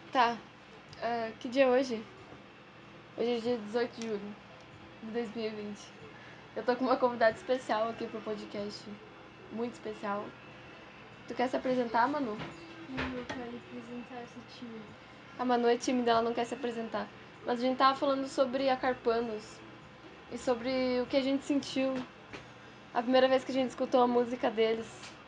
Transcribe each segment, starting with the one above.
Tá. Que dia é hoje? Hoje é dia 18 de julho de 2020. Eu tô com uma convidada especial aqui pro podcast. Muito especial. Tu quer se apresentar, Manu? Não, eu quero apresentar essa tímida. A Manu é tímida, ela não quer se apresentar. Mas a gente tava falando sobre a Carpanos e sobre o que a gente sentiu a primeira vez que a gente escutou a música deles.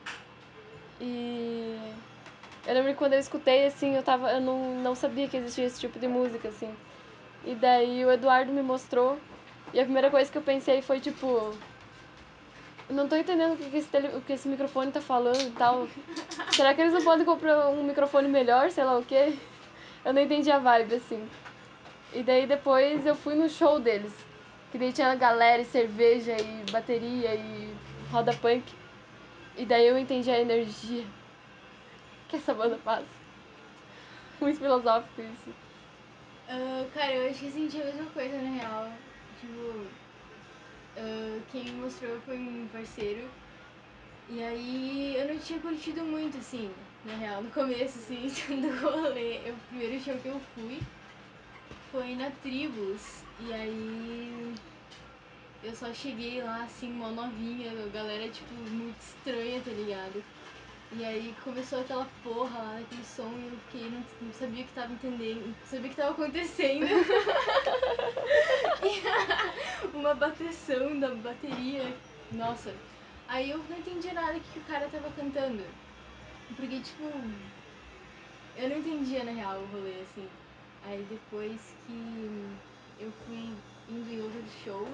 E eu lembro que quando eu escutei, assim, eu não sabia que existia esse tipo de música, assim. E daí o Eduardo me mostrou, e a primeira coisa que eu pensei foi, tipo, eu não tô entendendo o que esse microfone tá falando e tal. Será que eles não podem comprar um microfone melhor, sei lá o quê? Eu não entendi a vibe, assim. E daí depois eu fui no show deles. Que daí tinha galera e cerveja e bateria e roda punk. E daí eu entendi a energia que essa banda passa. Muito filosófico isso. Cara, eu acho que eu senti a mesma coisa na real. Tipo, quem me mostrou foi um parceiro. E aí eu não tinha curtido muito, assim, na real, no começo, assim, do rolê. O primeiro show que eu fui foi na Tribus. E aí eu só cheguei lá, assim, mó novinha, a galera, tipo, muito estranha, tá ligado? E aí começou aquela porra lá daquele som e eu fiquei, não sabia o que tava entendendo, não sabia o que tava acontecendo. E uma bateção da bateria, nossa. Aí eu não entendia nada que o cara tava cantando. Porque, tipo, eu não entendia na real o rolê, assim. Aí depois que eu fui indo em outros shows,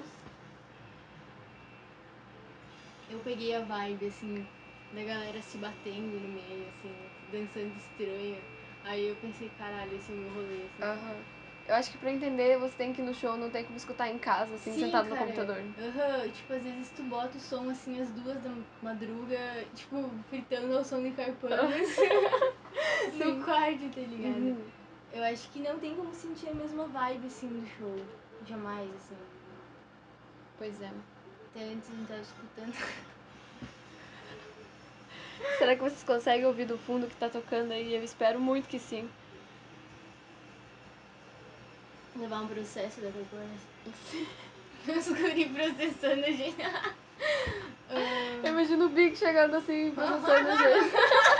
eu peguei a vibe, assim, da galera se batendo no meio, assim, dançando estranha. Aí eu pensei, caralho, esse é o meu rolê, assim. Aham. Eu acho que pra entender você tem que ir no show, não tem como escutar em casa, assim, Sim, sentado no cara. computador. Tipo, às vezes tu bota o som assim às 2 da madruga, tipo, fritando ao som de Carpanos no Sim. quarto, tá ligado? Uhum. Eu acho que não tem como sentir a mesma vibe assim do show. Jamais, assim. Pois é. Até antes a gente tava escutando. Será que vocês conseguem ouvir do fundo o que tá tocando aí? Eu espero muito que sim. Levar um processo da Carpanos. Os guri processando a gente. Eu imagino o Big chegando assim, processando a gente.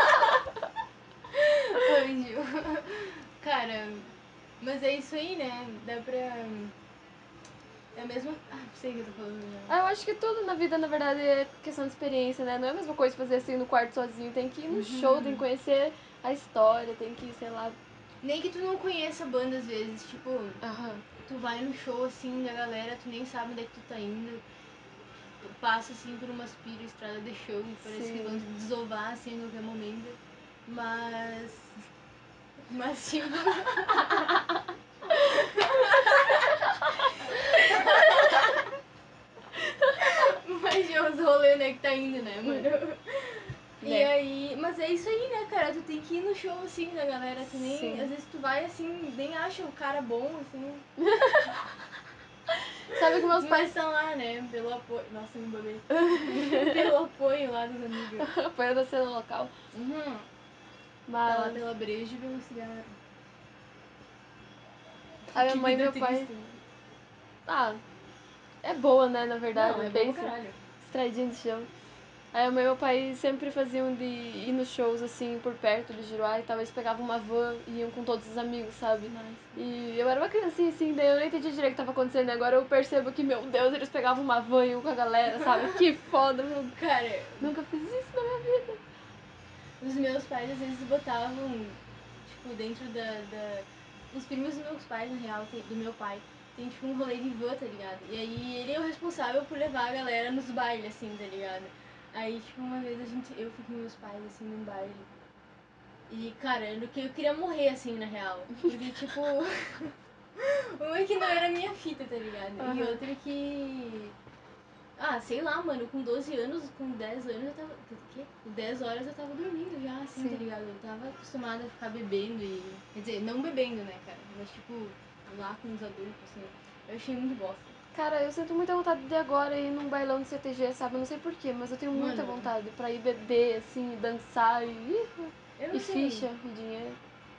Anjo. Cara, mas é isso aí, né? Dá pra. É a mesma. Ah, não sei o que eu tô falando já. Eu acho que tudo na vida, na verdade, é questão de experiência, né? Não é a mesma coisa fazer assim no quarto sozinho. Tem que ir no show, tem que conhecer a história, tem que ir, sei lá. Nem que tu não conheça a banda às vezes, tipo, Aham. tu vai no show assim da galera, tu nem sabe onde é que tu tá indo. Passa assim por umas piras, estrada de chão, parece que vão Sim. te desovar assim em qualquer momento. Mas. Mas tipo. Mas já os rolês, né, que tá indo, né, mano? E Né? aí, mas é isso aí, né, cara? Tu tem que ir no show assim da galera. Tu nem. Às Sim. vezes tu vai assim, nem acha o cara bom, assim. Sabe que meus Mas pais. tá lá, né? Pelo apoio. Nossa, me babei. Pelo apoio lá dos amigos. Apoiando a cena local. Uhum. Tá lá Mas pela breja e pelo cigarro. a minha Que mãe e vida meu pai. triste, né? Ah, é boa, né, na Não, verdade. é bom pra Pense. caralho. Estradinho de chão. Aí a mãe e meu pai sempre faziam de ir nos shows, assim, por perto de Giruá e tal. Eles pegavam uma van e iam com todos os amigos, sabe? Nice. E eu era uma criancinha, assim, daí eu não entendi direito o que tava acontecendo. Agora eu percebo que, meu Deus, eles pegavam uma van e iam com a galera, sabe? Que foda, meu. Cara, Nunca fiz isso na minha vida. os meus pais às vezes botavam, tipo, dentro da. Os primos dos meus pais, na real, do meu pai, tem tipo um rolê de van, tá ligado? E aí ele é o responsável por levar a galera nos bailes, assim, tá ligado? Aí, tipo, uma vez eu fui com meus pais, assim, num baile. E, cara, eu queria morrer, assim, na real. Porque, tipo, uma que não era minha fita, tá ligado? E Aham. outra que. Ah, sei lá, mano, com 12 anos, com 10 anos eu tava. Quê? Com 10 horas eu tava dormindo já, assim, tá Sim. ligado? Eu tava acostumada a ficar bebendo e. Quer dizer, não bebendo, né, cara? Mas, tipo, lá com os adultos, assim. Eu achei muito bosta. Cara, eu sinto muita vontade de agora ir num bailão de CTG, sabe? Eu não sei porquê, mas eu tenho muita Mano, vontade pra ir beber, assim, dançar eu e não sei. ficha e dinheiro.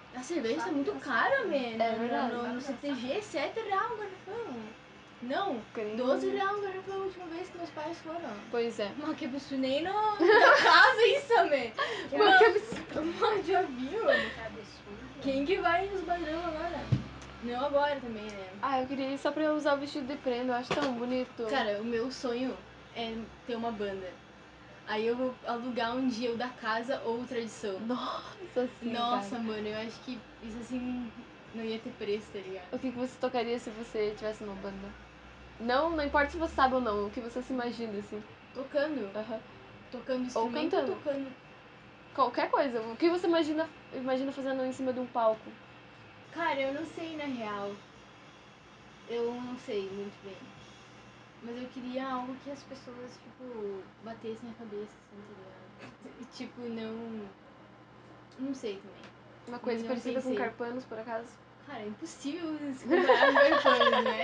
A cerveja tá muito cara, man. É verdade. No CTG é R$7 um garrafão. Não, Creme. R$12 um garrafão a última vez que meus pais foram. Pois é. Mas que absurdo, nem na casa isso, man. Mas que absurdo. Mas já viu? Que absurdo. Quem que vai nos badrão agora? Não agora também, né? Ah, eu queria ir só pra eu usar o vestido de prenda, eu acho tão bonito. Cara, o meu sonho é ter uma banda. Aí eu vou alugar um dia o da casa ou o tradição. Nossa, sim, Nossa, cara. mano, eu acho que isso assim não ia ter preço, tá ligado? O que você tocaria se você tivesse numa banda? Não importa se você sabe ou não, o que você se imagina, assim. Tocando. Aham. Tocando Ou instrumento cantando. ou tocando. Qualquer coisa. O que você imagina fazendo em cima de um palco? Cara, eu não sei na real. Eu não sei muito bem. Mas eu queria algo que as pessoas, tipo, batessem a cabeça, assim, tá ligado? E, tipo, não. Não sei também. Uma coisa Não parecida com pensei. Carpanos, por acaso? Cara, é impossível se comparar com Garfanos, né?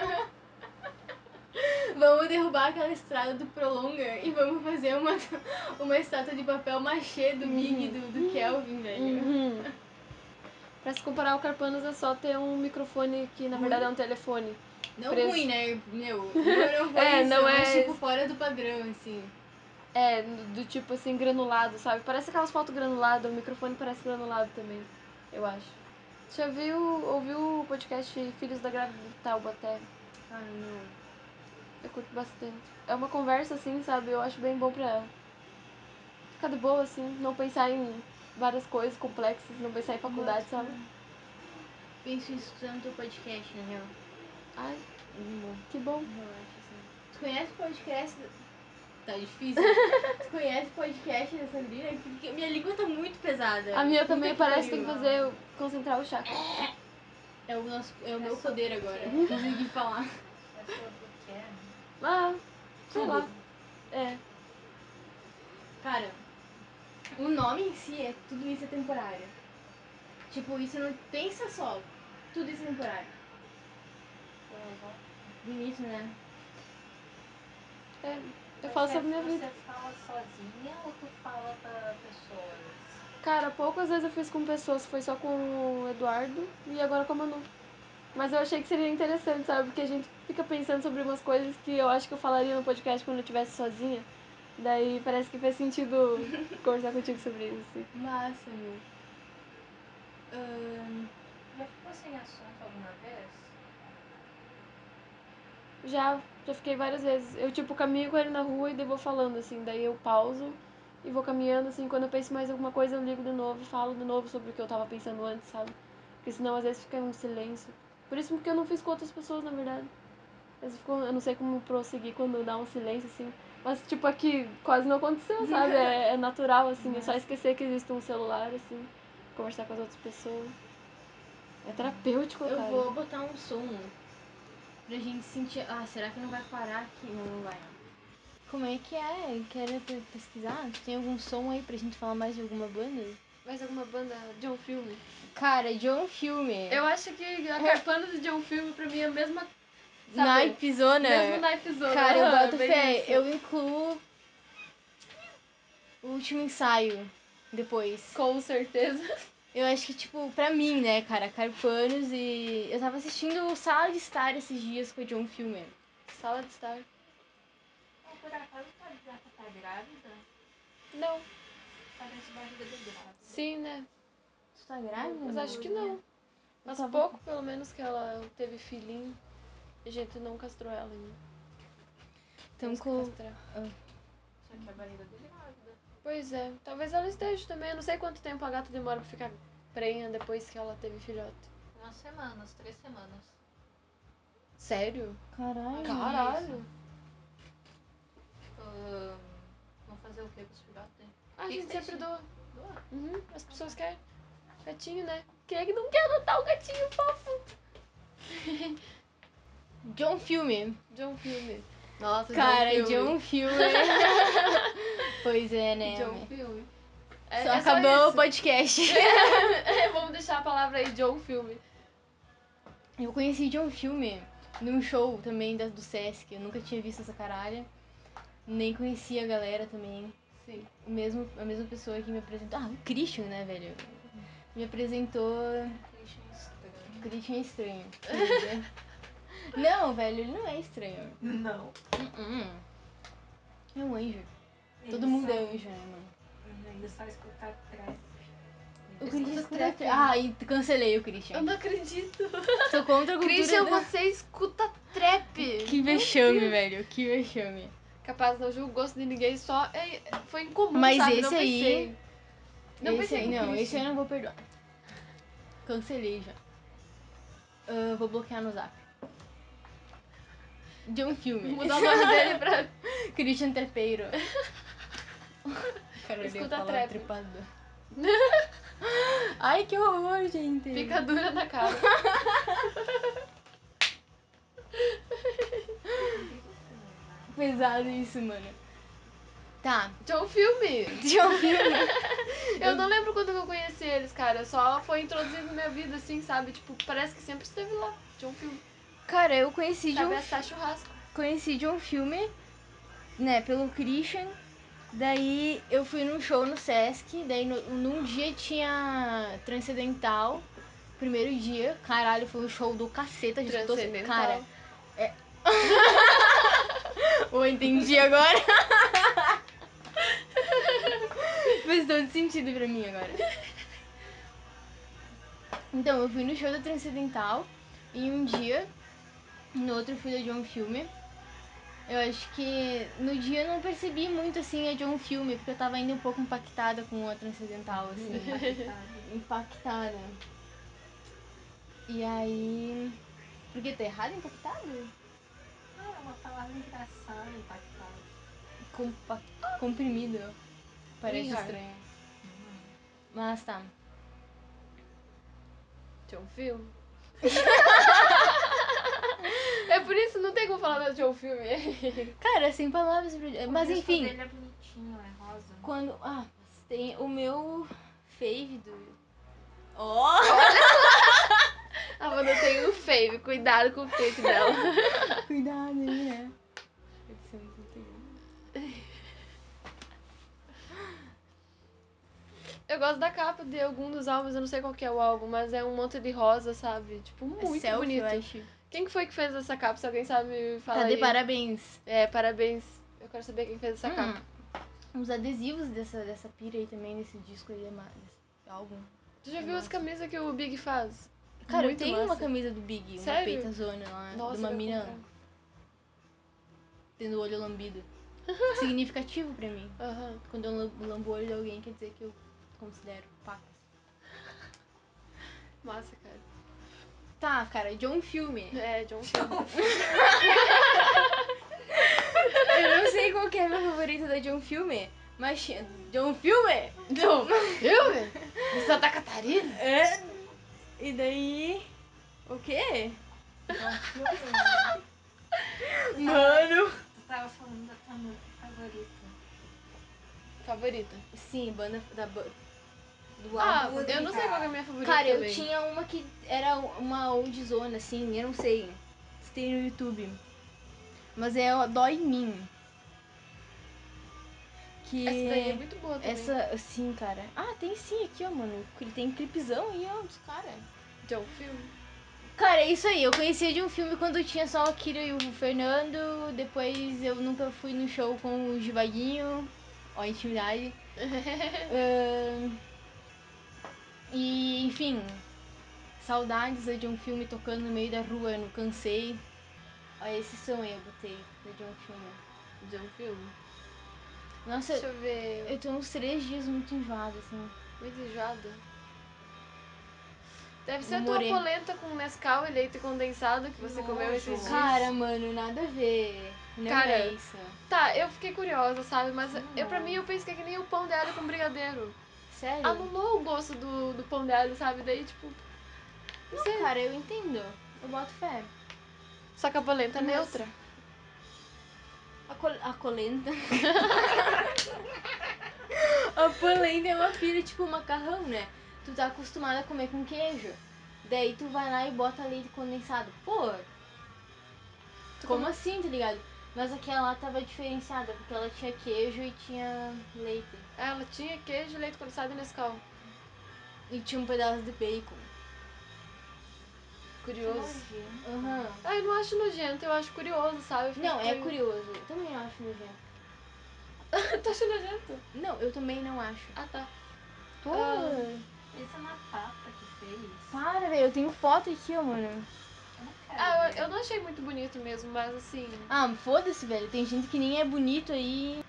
Vamos derrubar aquela estrada do Prolonga e vamos fazer uma estátua de papel machê do Big e do Kelvin, velho. Uhum. Pra se comparar ao Carpanos é só ter um microfone que na verdade é um telefone. Não preso. ruim, né? Meu, não foi É, isso, não mas é- tipo fora do padrão, assim. É, do tipo assim, granulado, sabe? Parece aquelas fotos granuladas, o microfone parece granulado também, eu acho. Já ouviu o podcast Filhos da Grávida de Taubaté? Ah, não. Eu curto bastante. É uma conversa assim, sabe? Eu acho bem bom pra ficar de boa, assim, não pensar em várias coisas complexas, não pensar em faculdade, Boto sabe? fé. Penso em escutando teu podcast, na real. Ai, Bom, que bom. relaxa, assim. Tu conhece o podcast... Tá difícil, né? Tu conhece o podcast da Sabrina? Porque minha língua tá muito pesada. A minha Puta também que parece que pariu. tem que fazer concentrar o chakra. É o meu sobre poder o agora. quê? Consegui falar. É sobre o quê? Ah, sei Tudo. lá. É. Cara, o nome em si é tudo isso é temporário. Tipo, isso não pensa só. Tudo isso é temporário. Bonito, né? É. Eu falo sobre minha vida. Você fala sozinha ou tu fala pra pessoas? Cara, poucas vezes eu fiz com pessoas, foi só com o Eduardo e agora com a Manu. Mas eu achei que seria interessante, sabe? Porque a gente fica pensando sobre umas coisas que eu acho que eu falaria no podcast quando eu estivesse sozinha. Daí parece que faz sentido conversar contigo sobre isso, assim. Massa, meu. Já ficou sem assunto alguma vez? Já fiquei várias vezes. Eu, tipo, caminho com ele na rua e daí vou falando, assim. Daí eu pauso e vou caminhando, assim. Quando eu penso em mais alguma coisa, eu ligo de novo e falo de novo sobre o que eu tava pensando antes, sabe? Porque senão às vezes fica um silêncio. Por isso que eu não fiz com outras pessoas, na verdade. Às vezes eu não sei como prosseguir quando dá um silêncio, assim. Mas, tipo, aqui quase não aconteceu, sabe? É natural, assim. É só esquecer que existe um celular, assim. Conversar com as outras pessoas. É terapêutico, Eu cara. vou botar um som pra gente sentir. Ah, será que não vai parar aqui? Não, não vai, não. Como é que é? Quero pesquisar? Tu tem algum som aí pra gente falar mais de alguma banda? Mais alguma banda de um filme? Cara, de um filme. Eu acho que a Carpanos e de um filme, pra mim, é a mesma... Sabe? Naipzona. Mesmo naipezona. Cara, eu Aham, boto bem fé. isso. Eu incluo o último ensaio depois. Com certeza. Eu acho que, tipo, pra mim, né, cara, Carpanos e... Eu tava assistindo Sala de Estar esses dias com o John Filmer. Sala de estar. Não, por acaso tá grávida? Não. Parece barriga de grávida. Sim, né? Tu tá grávida? Mas acho que não. Mas tava- pouco, pelo menos, que ela teve filhinho. E a gente não castrou ela ainda. Então, Temos que com... castrar. Só que é barriga de grávida. Pois é. Talvez ela esteja também. Eu não sei quanto tempo a gata demora pra ficar prenha depois que ela teve filhote. 3 semanas. Sério? Caralho. Caralho. Vamos fazer o que com os filhotes? A gente sempre doa. Doa? Uhum. As pessoas querem. Gatinho, né? Quem é que não quer adotar um gatinho fofo? John Filmer. John Filme. Nossa, Cara, John Filme. John Filmer. Pois é, né? John Filme. Só acabou o isso. podcast. Vamos deixar a palavra aí, John Filme. Eu conheci John Filmer num show também do Sesc. Eu nunca tinha visto essa caralha. Nem conhecia a galera também. Sim. A mesma pessoa que me apresentou. Ah, o Christian, né, velho? me apresentou Christian estranho. Não, velho, ele não é estranho. Não. É um anjo. Ele Todo mundo só- é anjo, né, mano? Ele só escuta trap. O Escuta Christian trap. e cancelei o Christian. Eu não acredito. Sou contra a cultura Christian, da- você escuta trap. Que vexame, velho. Que vexame. Capaz, não julgo o gosto de ninguém, só foi incomum, Mas sabe? esse Não aí- pensei. Não esse pensei aí, com o não, Christian. esse aí eu não vou perdoar. Cancelei já. Vou bloquear no zap. De um filme. Mudar o nome dele pra... Christian Trepeiro. Cara, Escuta trap. Trepador. Ai, que horror, gente. Fica dura na cara. Pesado isso, mano. Tá. De um filme. De um filme. Eu não lembro quando que eu conheci eles, cara. Só foi introduzido na minha vida, assim, sabe? Tipo, parece que sempre esteve lá. De um filme. Cara, eu conheci Sabe, assar churrasco. de um filme, né, pelo Christian. Daí eu fui num show no Sesc. Daí num dia tinha Transcendental. Primeiro dia, caralho, foi um show do caceta. Já escutou? Transcendental. Cara, eu entendi agora. Fez todo sentido pra mim agora. Então, eu fui no show da Transcendental e um dia, no outro fui da John Filme. Eu acho que no dia eu não percebi muito assim a John Filme, porque eu tava ainda um pouco impactada com a Transcendental, assim. Impactada. E aí. Por que tá errado impactada? Ah, é uma palavra engraçada, impactada. Comprimido. Parece Raro. estranho. Mas tá. De um filme. É por isso, não tem como falar de um filme. Cara, sem palavras. Mas O disco enfim. dele é bonitinho, é rosa. Quando. Ah, tem o meu fave do. Ó! A Wanda tem um fave, cuidado com o fake dela. Cuidado aí, né? Edição 31. Eu gosto da capa de algum dos álbuns, eu não sei qual que é o álbum, mas é um monte de rosa, sabe? Tipo, muito Selfie, bonito. eu acho. Quem que foi que fez essa capa? Se alguém sabe, me fala Tá aí. de parabéns. É, parabéns. Eu quero saber quem fez essa capa. Os adesivos dessa pira aí também, desse disco aí, desse álbum. Tu já É viu as massa. camisas que o Big faz? Cara, Muito eu tenho massa. uma camisa do Big, uma Sério? peitazona lá, Nossa, de uma eu vou mina comprar. tendo o olho lambido. Significativo pra mim. Aham. Quando eu lambo o olho de alguém, quer dizer que eu considero pacas. Massa, cara. Tá, cara, de um filme. É, John Filme. Eu não sei qual que é meu favorito da John Filme, mas John Filme? John Filme? De Santa Catarina? É. E daí. O quê? Mano! Tu tava falando da tua música favorita. Favorita. Sim, banda do Ah, álbum. eu não sei qual que é a minha favorita Cara, também. eu tinha uma que era uma oldzona, assim, eu não sei se tem no YouTube. Mas é o Dói em Mim. Que Essa daí é muito boa também. essa, sim, cara. Ah, tem sim aqui, ó, mano. Tem clipezão aí, ó, dos caras. John Filme. Cara, é isso aí. Eu conhecia de um filme quando tinha só a Kira e o Fernando. Depois eu nunca fui no show com o Givaguinho. Ó, intimidade. E, enfim, saudades de um filme tocando no meio da rua, eu não cansei. Olha, esse som aí eu botei de um filme. John Filme. Nossa, Deixa eu ver. eu tô uns 3 dias muito enjoada, assim. Muito enjoada. Deve ser a Morei. tua polenta com Nescau e leite condensado que você comeu esses dias. Cara, mano, nada a ver. Não Cara, é isso. Tá, eu fiquei curiosa, sabe? Mas pra mim eu pensei que nem o pão de alho com brigadeiro. Sério? Anulou o gosto do pão de alho, sabe? Daí, tipo. Não sei. Cara, eu entendo. Eu boto fé. Só que a polenta é Mas- neutra. A colenta. A polenta é uma pira tipo macarrão, né? Tu tá acostumada a comer com queijo. Daí tu vai lá e bota leite condensado. Pô, como assim, tá ligado? Mas aquela lá tava diferenciada, porque ela tinha queijo e tinha leite. Ela tinha queijo, leite condensado e Nescau. E tinha um pedaço de bacon. Curioso. Aham. Ah, eu não acho nojento, eu acho curioso, sabe? Eu fico Não, é tipo, curioso. Eu também acho nojento. Tu acha nojento? Não, eu também não acho. Ah, tá. Pô, Pensa na papa que fez. para, velho. Eu tenho foto aqui, ó, mano. Eu não quero Ah, ver. eu não achei muito bonito mesmo, mas assim... Ah, foda-se, velho. Tem gente que nem é bonito aí.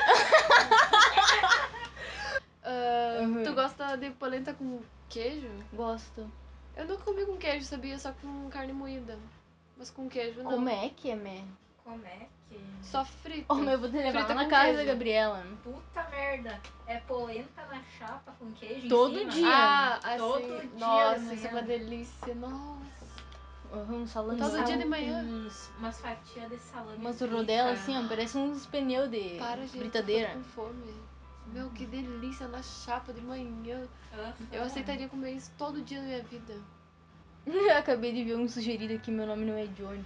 Tu gosta de polenta com queijo? Gosto. Eu não comi com queijo, sabia? Só com carne moída. Mas com queijo, não. Como é que é, man? Como é que... Só frita. Oh, mas eu vou te levar Frita lá na com casa queijo. da Gabriela. Puta merda. É polenta na chapa com queijo Todo em cima? dia. Ah, assim... Todo dia de Nossa, manhã. isso é uma delícia. Nossa. Um salame. Todo dia de manhã. Umas fatias de salame Umas frita. rodelas assim, ó. Parece uns pneus de Para, gente, britadeira. eu tô com fome. Meu, que delícia na chapa de manhã. Aham. Eu aceitaria comer isso todo dia na minha vida. Acabei de ver um sugerido aqui, meu nome não é Johnny.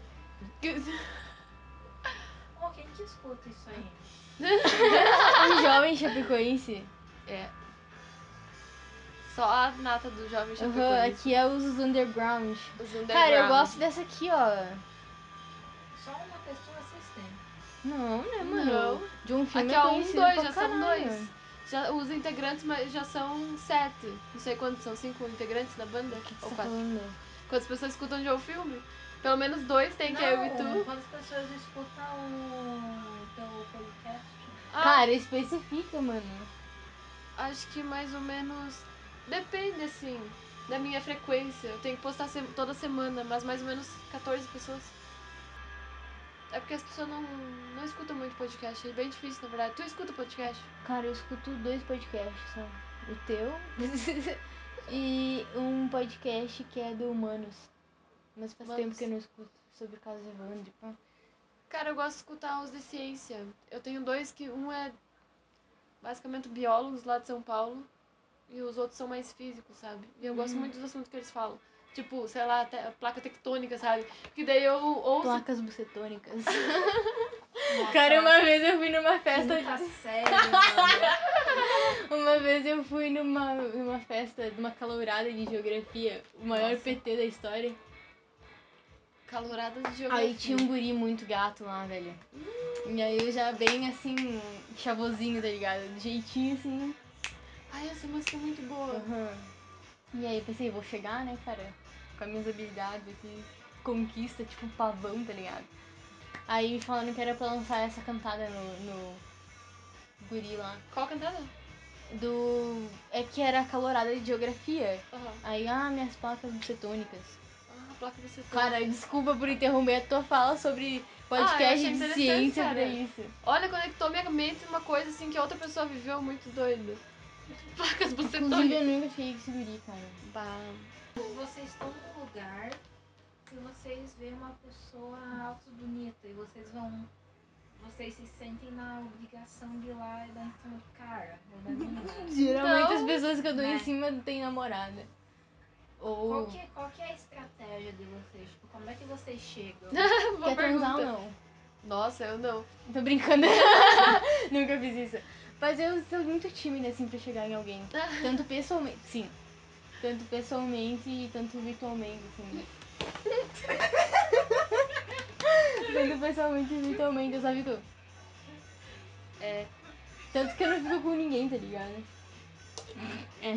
Ô, quem que escuta isso aí? Um jovem chapecoense. É. Só a nata do jovem Aham, chapecoense. aqui é os underground. Os underground. Cara, eu gosto dessa aqui, ó. Só uma pessoa assiste. Não, né, mano? Não. De um filme Aqui, é ó, conhecido dois, pra já são caralho. dois. Já, os integrantes já são 7. Não sei quantos, são 5 integrantes da banda? O que você Ou tá 4. falando? Quantas pessoas escutam já o filme? Pelo menos 2 tem, que é eu e tu. Quantas pessoas escutam o teu podcast? Ah, Cara, especifica, mano. acho que mais ou menos... Depende, assim, da minha frequência. Eu tenho que postar toda semana, mas mais ou menos 14 pessoas. É porque as pessoas não escutam muito podcast. É bem difícil, na verdade. Tu escuta podcast? Cara, eu escuto 2 podcasts, só. O teu e um podcast que é do Humanos. Mas faz Humanos. tempo que eu não escuto sobre casos Evandro. Pá. Cara, eu gosto de escutar os de ciência. Eu tenho 2 que... Um é basicamente biólogos lá de São Paulo. E os outros são mais físicos, sabe? E eu gosto muito dos assuntos que eles falam. Tipo, sei lá, placa tectônica, sabe? Que daí eu ouço... Placas bucetônicas. Nossa, Cara, uma vez eu fui numa festa quinta série, mano. Uma vez eu fui numa festa de uma calourada de geografia, o maior Nossa. PT da história. Caloradas de geografia. Aí tinha um guri muito gato lá, velho. E aí eu já bem assim, chavozinho, tá ligado? De jeitinho assim. Ai, essa música é muito boa. Aham. E aí eu pensei, vou chegar, né, cara? Com as minhas habilidades aqui, conquista, tipo pavão, tá ligado? Aí me falaram que era pra lançar essa cantada no guri lá. Qual cantada? É que era calorada de geografia. Aham. Aí, minhas placas bucetônicas. Ah, placa você Cara, desculpa por interromper a tua fala sobre eu podcast achei de interessante, ciência cara. pra isso. Olha, conectou minha mente uma coisa assim que outra pessoa viveu muito doida. Placas Inclusive, bucetônicas. eu nunca cheguei com esse guri, cara. Bah. Vocês estão num lugar e vocês veem uma pessoa alto bonita e vocês se sentem na obrigação de ir lá e dar em cima do cara ou da mina. Geralmente Não, as pessoas que eu dou em né? cima têm namorada. Ou Qual que é a estratégia de vocês? Tipo, como é que vocês chegam? boa quer transar ou pergunta. não? Nossa, eu não. Tô brincando. Nunca fiz isso. Mas eu sou muito tímida, assim, pra chegar em alguém. Tanto pessoalmente, sim. Tanto pessoalmente e tanto virtualmente, assim. Tanto pessoalmente e virtualmente, sabe tu? É. Tanto que eu não fico com ninguém, tá ligado? É.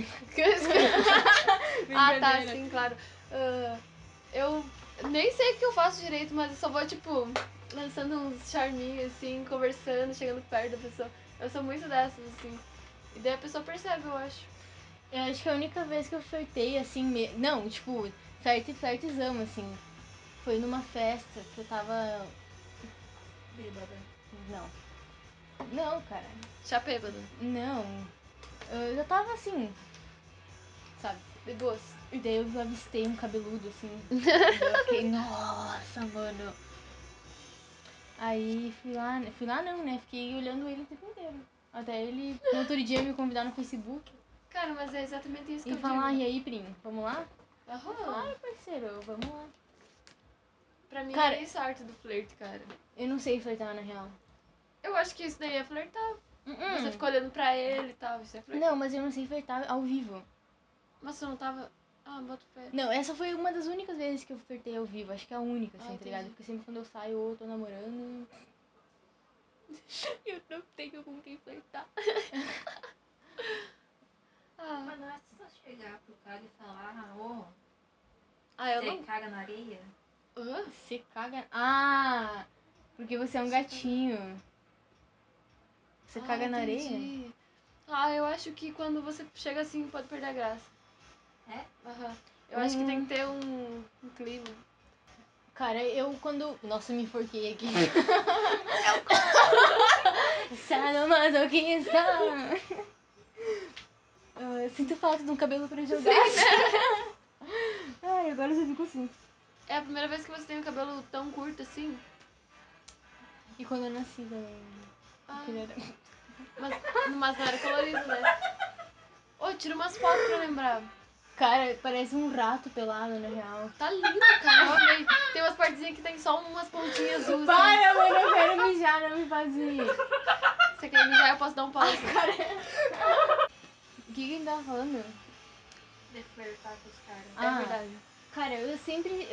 Ah, tá, Brincadeira. sim, claro. Eu nem sei o que eu faço direito, mas eu só vou, tipo, lançando uns charminhos, assim, conversando, chegando perto da pessoa. Eu sou muito dessas, assim. E daí a pessoa percebe, eu acho. Eu acho que a única vez que eu flertei, assim, não, tipo, flertezão, assim, foi numa festa que eu tava... Bêbada. Não. Não, cara. Chá bêbada. Não. Eu já tava assim, sabe? De boas. E daí eu avistei um cabeludo, assim. E daí eu fiquei, nossa, mano. Aí fui lá não, né? Fiquei olhando ele o tempo inteiro. Até ele, no outro dia, me convidar no Facebook Cara, mas é exatamente isso que e eu falar, digo. e aí, primo, vamos lá? Aham. Claro, parceiro, vamos lá. Pra mim Cara, é isso a arte do flerte, cara. Eu não sei flertar, na real. Eu acho que isso daí é flertar. Você Uh-uh. fica olhando pra ele e tal, isso é flertar. Não, mas eu não sei flertar ao vivo. Mas você não tava... Ah, bota fé. Não, essa foi uma das únicas vezes que eu flertei ao vivo. Acho que é a única, assim, tá ligado? Entendi. Porque sempre quando eu saio ou eu tô namorando... eu não tenho com quem flertar. Mas não é só chegar pro cara e falar, ô, Eu você não... caga na areia? Hã? Você caga... Ah! Porque você é um gatinho. Você caga na areia? Entendi. Eu acho que quando você chega assim, pode perder a graça. É? Aham. Eu acho que tem que ter um clima. Cara, eu quando... Nossa, me enforquei aqui. Sadomasoquista! Eu sinto falta de um cabelo pra jogar. Ai, agora eu já fico assim. É a primeira vez que você tem um cabelo tão curto assim? E quando eu nasci também. Porque ele era... Mas não era colorido, né? Tira umas fotos pra lembrar. Cara, parece um rato pelado, na real. Tá lindo, cara. Eu amei. Tem umas partezinhas que tem só umas pontinhas azuis. Assim. Para, mano, eu quero mijar, não me faz ir. Você quer mijar, eu posso dar um pause. Cara... O que ele tava falando? De flertar com os caras. É verdade. Cara, eu sempre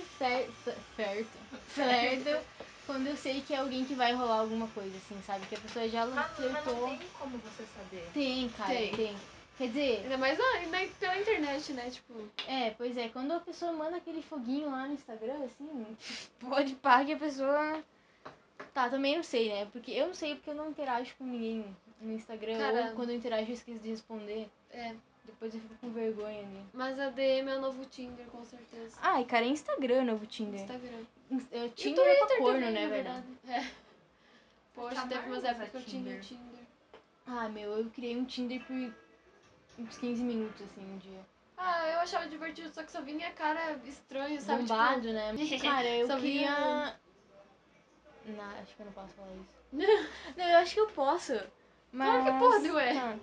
flerto quando eu sei que é alguém que vai rolar alguma coisa, assim, sabe? Que a pessoa já Mas flertou. não tem como você saber. Tem, cara, Tem. tem. Quer dizer, Ainda mais pela internet, né? Tipo... pois é, quando a pessoa manda aquele foguinho lá no Instagram, assim, pode pá que a pessoa... Tá, também não sei, né? Porque eu não sei porque eu não interajo com ninguém no Instagram, Cara, ou quando eu interajo eu esqueço de responder. É. Depois eu fico com vergonha ali. Mas a DM é o novo Tinder, com certeza. Ai, cara, é Instagram, novo Tinder. Instagram. Tinder é pra Twitter corno, também, né, na verdade? É. Poxa, Tamar teve umas usa épocas que eu tinha Tinder. Tinder. Ah, meu, eu criei um Tinder por uns 15 minutos, assim, um dia. Eu achava divertido, só que só vinha cara estranho, sabe? Bombado, né? Cara, eu Só queria... vinha- Não, acho que eu não posso falar isso. Não, eu acho que eu posso. Mas... Claro que pode, ué. Tá.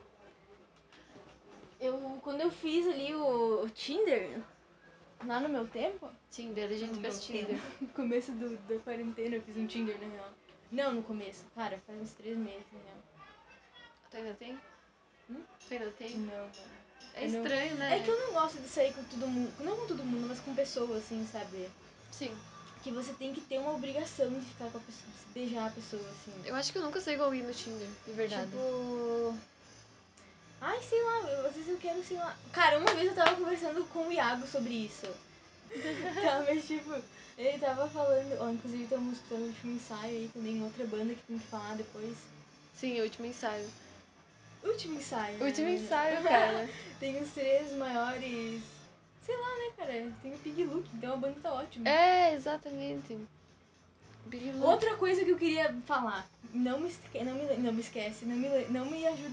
Quando eu fiz ali o Tinder, lá no meu tempo... Tinder, a gente No fez meu Tinder. No começo da quarentena eu fiz um Tinder, na real. Não, no começo. Cara, faz uns 3 meses, na real. Tu ainda tem? Hum? Tu ainda tem? Não, mano. É Eu não- estranho, né? É que eu não gosto de sair com todo mundo. Não com todo mundo, mas com pessoas, assim, sabe? Sim. Que você tem que ter uma obrigação de ficar com a pessoa, de beijar a pessoa, assim. Eu acho que eu nunca sei igual ir no Tinder, de verdade. Tipo... Ai, sei lá, às vezes eu quero, sei lá... Cara, uma vez eu tava conversando com o Iago sobre isso. Tá, mas tipo... Ele tava falando... Ó, inclusive estamos escutando o último ensaio aí também, outra banda que tem que falar depois. Sim, o último ensaio. Último ensaio, né, Último mano? ensaio, cara. Tem os 3 maiores... Sei lá, né, cara? Tem o Pig Look, então a banda tá ótima. É, exatamente. Big Look. Outra coisa que eu queria falar. Não me esquece. Não me ajuda.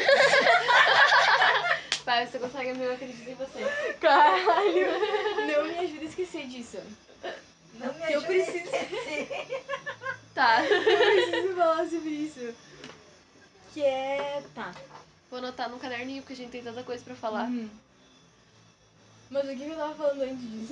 Pai, você consegue, eu acredito em você. Caralho! Não me ajuda a esquecer disso. Não me Que eu ajuda preciso... a esquecer. Tá. Eu preciso falar sobre isso. Que é... Tá. Vou anotar num caderninho, porque a gente tem tanta coisa pra falar. Mas o que eu tava falando antes disso?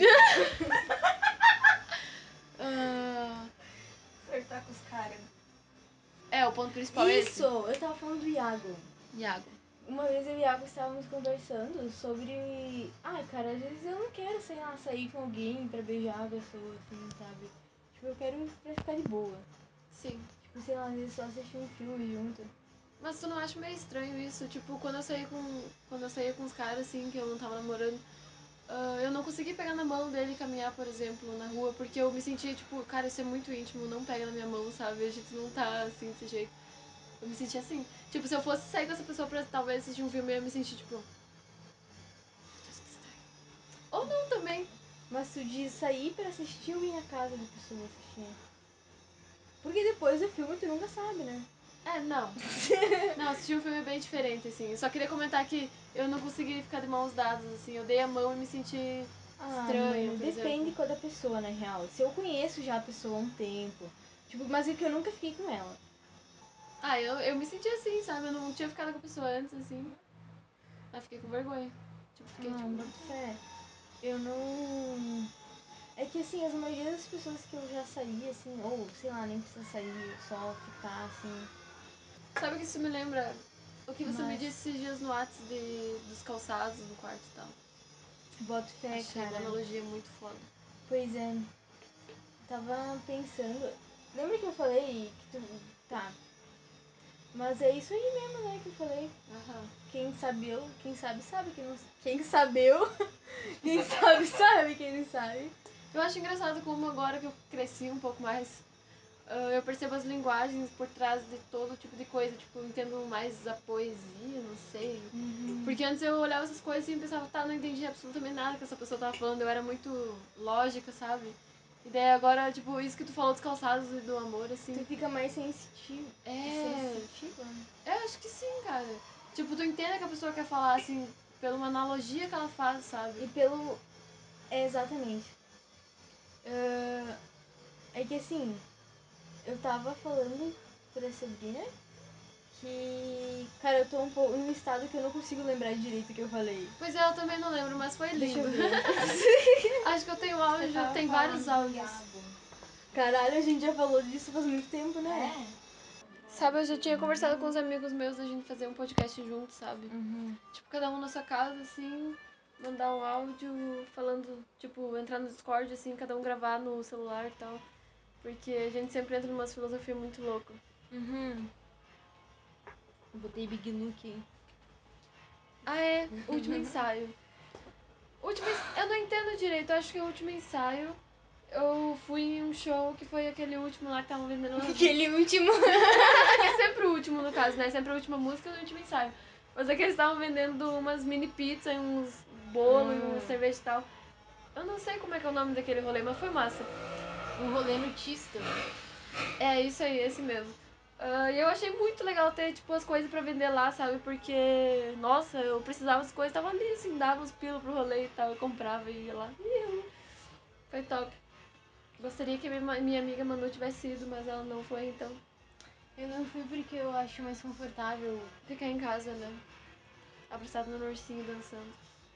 Flertar com os caras. O ponto principal é esse. Isso! Eu tava falando do Iago. Iago. Uma vez eu e o Iago estávamos conversando sobre... Ai, cara, às vezes eu não quero, sei lá, sair com alguém pra beijar a pessoa, assim, sabe? Tipo, eu quero pra ficar de boa. Sim. Tipo, sei lá, às vezes só assistir um filme junto. Mas tu não acha meio estranho isso? Tipo, quando eu saía com os caras, assim, que eu não tava namorando, eu não consegui pegar na mão dele e caminhar, por exemplo, na rua, porque eu me sentia, tipo, cara, isso é muito íntimo, não pega na minha mão, sabe? A gente não tá, assim, desse jeito. Eu me sentia assim. Tipo, se eu fosse sair com essa pessoa pra talvez assistir um filme, eu ia me sentir, tipo... Deus, que estranho. Ou não também. Mas tu diz sair pra assistir ou ir na casa da pessoa assistir? Porque depois do filme tu nunca sabe, né? Não. Não, assistir um filme é bem diferente, assim. Eu só queria comentar que eu não consegui ficar de mãos dadas, assim. Eu dei a mão e me senti estranha, Mano, por depende exemplo. da pessoa, na real. Se eu conheço já a pessoa há um tempo, tipo, mas é que eu nunca fiquei com ela. Eu me senti assim, sabe? Eu não tinha ficado com a pessoa antes, assim. Aí fiquei com vergonha. Tipo, fiquei Boto fé. Eu não... É que, assim, as maioria das pessoas que eu já saí, assim, ou, sei lá, nem precisa sair, só ficar, assim... Sabe o que isso me lembra? O que você me Mas- disse esses dias no WhatsApp dos calçados do quarto e tal. Boto fé, Achei uma cara. analogia muito foda. Pois é. Tava pensando. Lembra que eu falei que tu. Tá. Mas é isso aí mesmo, né, que eu falei. Aham. Quem sabeu, quem sabe, sabe. Quem não. Quem sabeu. Quem sabe, sabe. Quem não sabe. Eu acho engraçado como agora que eu cresci um pouco mais, eu percebo as linguagens por trás de todo tipo de coisa. Tipo, eu entendo mais a poesia, não sei. Porque antes eu olhava essas coisas e pensava, tá, não entendi absolutamente nada que essa pessoa tava falando. Eu era muito lógica, sabe? E daí agora, tipo, isso que tu falou dos calçados e do amor, Tu assim. fica mais sensitivo. É. Sensitiva? Eu acho que sim, cara. Tipo, tu entende que a pessoa quer falar, assim, pela uma analogia que ela faz, sabe? E pelo. É, exatamente. É que assim, eu tava falando pra Sabrina que. Cara, eu tô um pouco num estado que eu não consigo lembrar direito o que eu falei. Pois é, eu também não lembro, mas foi Deixa lindo. eu ver. Acho que eu tenho áudio, Você tava tem falando vários do áudios. diabo. Caralho, a gente já falou disso faz muito tempo, né? É. Sabe, eu já tinha conversado com uns amigos meus da gente fazer um podcast junto, sabe? Tipo, cada um na sua casa, assim, mandar um áudio falando, tipo, entrar no Discord, assim, cada um gravar no celular e tal. Porque a gente sempre entra numa filosofia muito louca. Eu botei Big Look, hein? Ah, é, último ensaio. Eu não entendo direito, eu acho que o último ensaio eu fui em um show que foi aquele último lá que estavam vendendo umas Aquele último. é sempre o último, no caso, né? Sempre a última música do último ensaio. Mas é que eles estavam vendendo umas mini pizza, uns bolo e um cerveja e tal. Eu não sei como é que é o nome daquele rolê, mas foi massa. Um rolê notista. É, isso aí, esse mesmo. E eu achei muito legal ter, tipo, as coisas pra vender lá, sabe? Porque, nossa, eu precisava das coisas, tava ali, assim, dava uns pila pro rolê e tal, eu comprava e ia lá. Foi top. Gostaria que minha amiga Manu tivesse ido, mas ela não foi, então Eu não fui porque eu acho mais confortável. ficar em casa, né? Abraçado no ursinho dançando.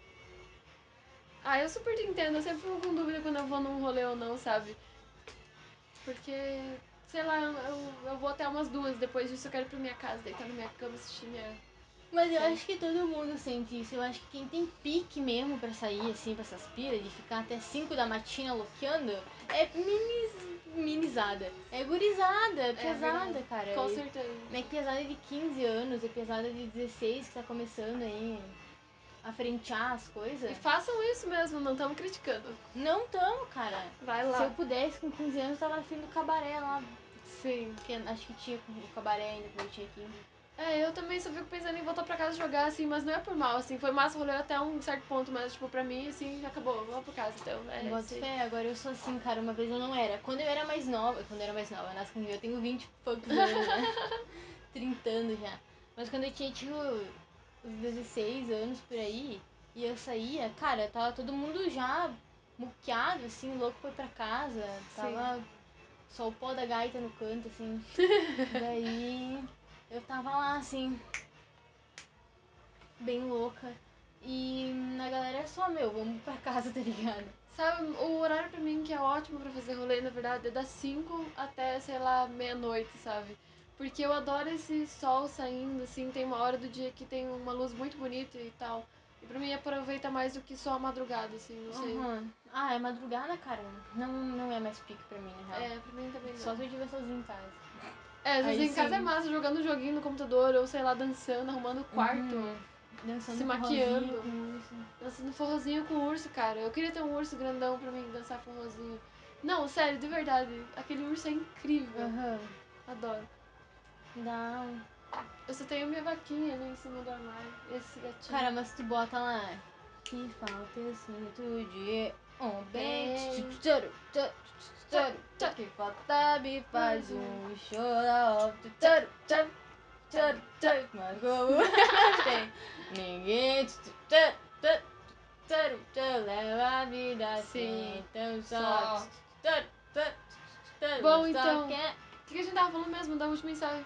Ah, eu super te entendo, eu sempre fico com dúvida quando eu vou num rolê ou não, sabe? Porque, sei lá, eu vou até umas 2, depois disso eu quero ir pra minha casa, deitar na minha cama, assistir minha... Mas eu Sim. acho que todo mundo sente isso. Eu acho que quem tem pique mesmo pra sair, assim, pra essas piras, de ficar até 5 da matina loqueando, é minizada. É gurizada, é pesada, verdade. cara. Com certeza. É pesada de 15 anos, é pesada de 16 que tá começando aí a frentear as coisas. E façam isso mesmo, não estamos criticando. Não tamo, cara. Vai lá. Se eu pudesse, com 15 anos, tava afim do cabaré lá. Sim. Que acho que tinha o cabaré ainda quando eu tinha 15. É, eu também só fico pensando em voltar pra casa jogar, assim, mas não é por mal, assim, foi massa o rolê até um certo ponto, mas, tipo, pra mim, assim, acabou, vamos pra casa, então, Boto isso aí. fé, agora eu sou assim, cara, uma vez eu não era. Quando eu era mais nova, nossa, quando eu tenho 20 e poucos anos, né? 30 anos já. Mas quando eu tinha, tipo, uns 16 anos por aí, e eu saía, cara, tava todo mundo já muqueado, assim, louco foi pra casa. Tava só o pó da gaita no canto, assim. Daí eu tava lá, assim, bem louca. E na galera é só, meu, vamos pra casa, tá ligado? Sabe, o horário pra mim que é ótimo pra fazer rolê, na verdade, é das 5 até, sei lá, meia-noite, sabe? Porque eu adoro esse sol saindo, assim, tem uma hora do dia que tem uma luz muito bonita e tal. E pra mim aproveita mais do que só a madrugada, assim, não sei. Ah, é madrugada, cara. Não é mais pique pra mim, na real. É, pra mim também não. Só se eu estiver sozinho em casa. É, às vezes Aí em casa é sim. massa, jogando um joguinho no computador, ou sei lá, dançando, arrumando o quarto, Dançando se forrozinho maquiando. com o urso. Dançando forrozinho com urso, cara. Eu queria ter um urso grandão pra mim dançar forrozinho. Não, sério, de verdade. Aquele urso é incrível. Adoro. Não. Eu só tenho minha vaquinha ali em cima do armário. Esse gatinho. Cara, mas tu bota lá. Que falta eu sinto de um bem. Que falta me faz um chorar. Mas como tem ninguém leva a vida assim. Então só. Bom, então. O que a gente tava falando mesmo da última ensaio?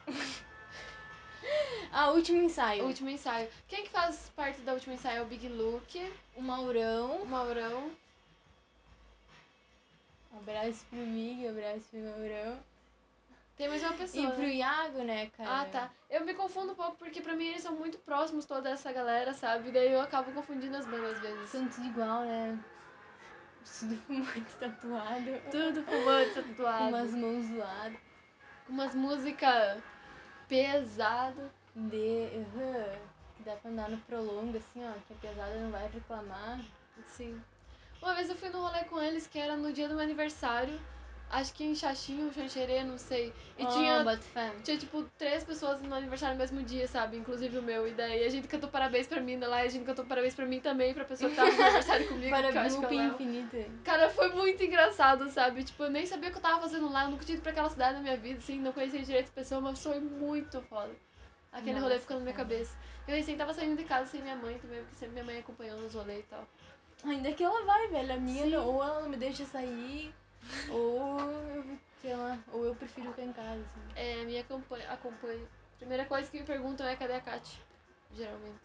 Último ensaio. O último ensaio. Quem que faz parte da última ensaio é o Big Luke, O Maurão. o Maurão. Abraço pro Mig, abraço pro Maurão. Tem mais uma pessoa. E pro né? Iago, né, cara? Ah, tá. Eu me confundo um pouco porque pra mim eles são muito próximos, toda essa galera, sabe? Daí eu acabo confundindo as bandas às vezes. São tudo igual, né? Tudo muito tatuado. Tudo fumante, Com tatuado. umas mãos zoadas. Com umas músicas pesadas. Que dá pra andar no prolongo, assim, ó. Que a pesada não vai reclamar. Sim. Uma vez eu fui num rolê com eles que era no dia do meu aniversário. Acho que em Xaxim ou Xanxerê, não sei. E Boto fé. tinha, tipo, 3 pessoas no aniversário no mesmo dia, sabe? Inclusive o meu. E daí a gente cantou parabéns pra mim lá, e a gente cantou parabéns pra mim também, pra pessoa que tava no aniversário comigo. Para que eu acho que looping ela... infinito. Cara, foi muito engraçado, sabe? Tipo, eu nem sabia o que eu tava fazendo lá, eu nunca tinha ido pra aquela cidade na minha vida, assim, não conhecia direito as pessoas, mas foi muito foda. Aquele rolê Nossa, ficou na minha cara. cabeça. Eu recém tava saindo de casa sem minha mãe também, porque sempre minha mãe acompanhando os rolês e tal. Ainda que ela vai, velho. A minha, Sim. não, ou ela não me deixa sair, ou eu, sei lá, ou eu prefiro ficar em casa, assim. É, a minha acompanha. Primeira coisa que me perguntam é cadê a Kátia? Geralmente.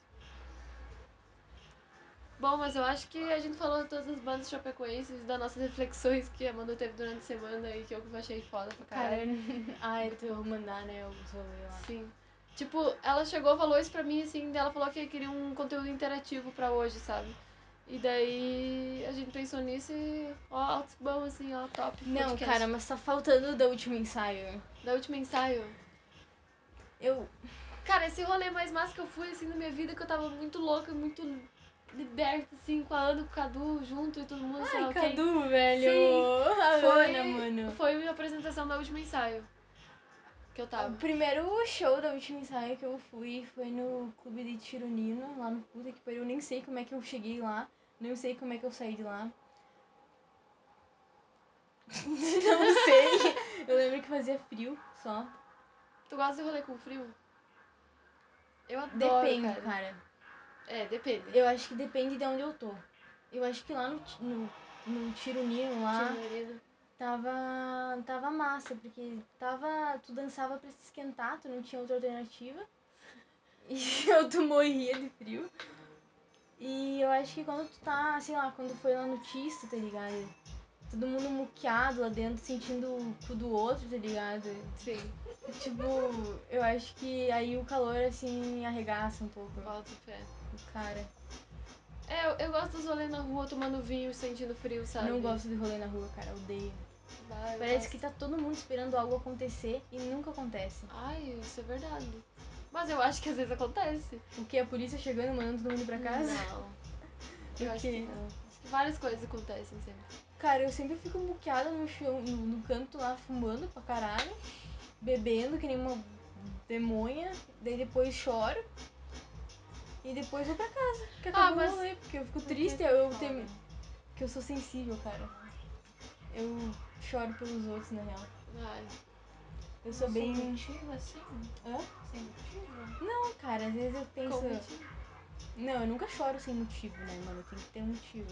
Bom, mas eu acho que a gente falou de todas as bandas chapecoenses, das nossas reflexões que a Manu teve durante a semana e que eu achei foda pra Cara, caralho. tu eu vou mandar, né, os rolês lá. Sim. Tipo, ela chegou, falou isso pra mim, assim, ela falou que queria um conteúdo interativo pra hoje, sabe? E daí a gente pensou nisso e, ó, altos bom, assim, ó, top. Não, podcast. cara, mas tá faltando da última ensaio. Da última ensaio. Eu. Cara, esse rolê mais massa que eu fui, assim, na minha vida, que eu tava muito louca, muito liberta, assim, com a Ana, com o Cadu, junto e todo mundo, sei lá Ai, o quê. Cadu, velho! Sim, A foi, Ana, mano. foi a apresentação da última ensaio que eu tava. O primeiro show da última ensaio que eu fui foi no clube de Tirolino, lá no Puta que pariu. Eu nem sei como é que eu cheguei lá, nem sei como é que eu saí de lá. Não sei. Eu lembro que fazia frio só. Tu gosta de rolê com frio? Eu adoro, Depende, cara. É, depende. Eu acho que depende de onde eu tô. Eu acho que lá no Tirolino lá Tirolino. tava massa, porque tu dançava pra se esquentar, tu não tinha outra alternativa. E tu morria de frio. E eu acho que quando tu tá, sei lá, quando foi lá no Tisto, tá ligado? Todo mundo muqueado lá dentro, sentindo o cu do outro, tá ligado? Sim, Tipo, eu acho que aí o calor, assim, arregaça um pouco boto fé. o cara. É, eu gosto dos rolês na rua, tomando vinho, sentindo frio, sabe? Não gosto de rolê na rua, cara, odeio. Bah, eu Parece gosto. que tá todo mundo esperando algo acontecer e nunca acontece. Ai, isso é verdade. Mas eu acho que às vezes acontece. O que? A polícia chegando, mandando todo mundo ir pra casa? Não, eu O acho que quê? não. Acho que várias coisas acontecem sempre. Cara, eu sempre fico muqueada no chão, no canto lá, fumando pra caralho, bebendo que nem uma demonha, daí depois choro. E depois vou pra casa, que acabou mas- o rolê, porque eu fico Porque triste, é eu foda. tenho. Porque eu sou sensível, cara. Eu choro pelos outros, na real. Ai, Eu sou Sem bem. motivo, assim? Hã? Sem motivo? Não, cara, às vezes eu penso. como motivo? Não, eu nunca choro sem motivo, né, mano? Tem que ter um motivo.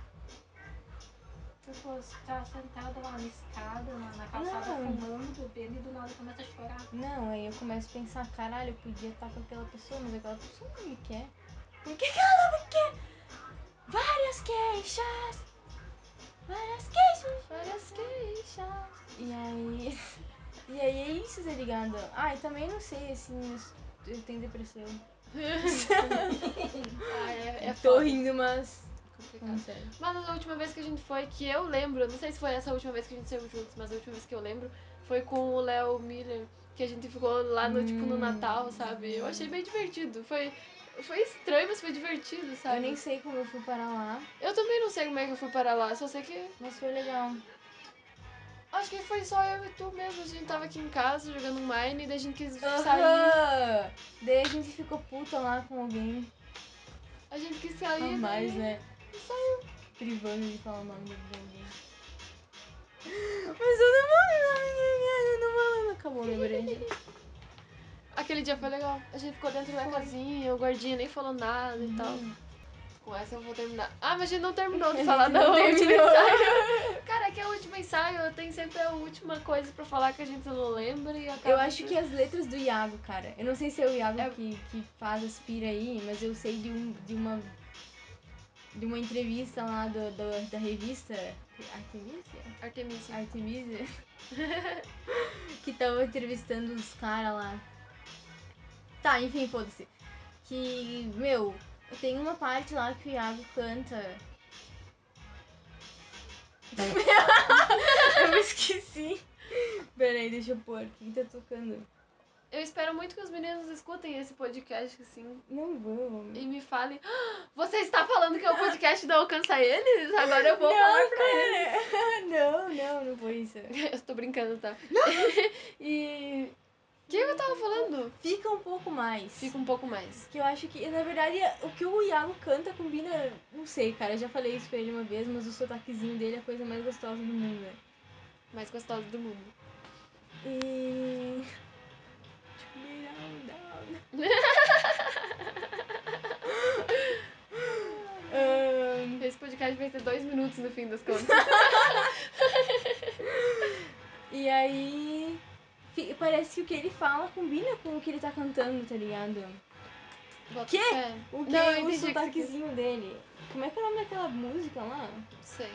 Tipo, você tá sentado lá na escada, na calçada, Não. fumando, bebendo e do nada começa a chorar. Não, aí eu começo a pensar, caralho, eu podia estar com aquela pessoa, mas aquela pessoa não me quer. Por que ela não me quer? Várias queixas! Várias queixas! Várias queixas. E aí. E aí é isso, tá ligado? Ah, e também não sei, assim, eu tenho depressão. Ah, é Tô foda. rindo, mas. Complicado. Não sei. Mas a última vez que a gente foi, que eu lembro, não sei se foi essa última vez que a gente saiu juntos, mas a última vez que eu lembro foi com o Léo Miller, que a gente ficou lá no, tipo, no Natal, sabe? Eu achei bem divertido. Foi estranho, mas foi divertido, sabe? Eu nem sei como eu fui parar lá, Eu também não sei como é que eu fui parar lá, só sei que. mas foi legal. Acho que foi só eu e tu mesmo. A gente tava aqui em casa jogando Mine e daí a gente quis sair. Aham! Daí a gente ficou puta lá com alguém A gente quis a sair, mais, daí né? saiu. Privando de falar o nome de alguém. Mas eu não vou. Acabou meu brinde. Aquele dia foi legal. A gente ficou dentro da Foi. casinha, o guardinha nem falou nada e tal. Uhum. Com essa eu vou terminar. Ah, mas a gente não terminou de A falar gente da não última terminou. ensaio. Cara, é que a última ensaio tem sempre a última coisa pra falar que a gente não lembra e acaba. Eu acho que as letras do Iago, cara. Eu não sei se é o Iago É- que faz as pira aí, mas eu sei de uma. de uma entrevista lá da revista Eu esqueci. Peraí, deixa eu pôr. O que tá tocando? Eu espero muito que os meninos escutem esse podcast, assim, Não vou. e me falem: você está falando que o podcast não alcança eles? Agora eu vou falar pra eles. Não foi isso. Eu tô brincando, tá? E... O que eu tava falando? Fica um pouco mais. Fica um pouco mais. Que eu acho que, na verdade, o que o Iago canta combina... Não sei, cara. Eu já falei isso pra ele uma vez, mas o sotaquezinho dele é a coisa mais gostosa do mundo, né? Mais gostosa do mundo. E... Esse podcast vai ter 2 minutos no fim das contas. E aí... Parece que o que ele fala combina com o que ele tá cantando, tá ligado? Bota Que? fé. O que? Não, eu O entendi o que você quis. sotaquezinho dele. Como é que é o nome daquela música lá? Sei.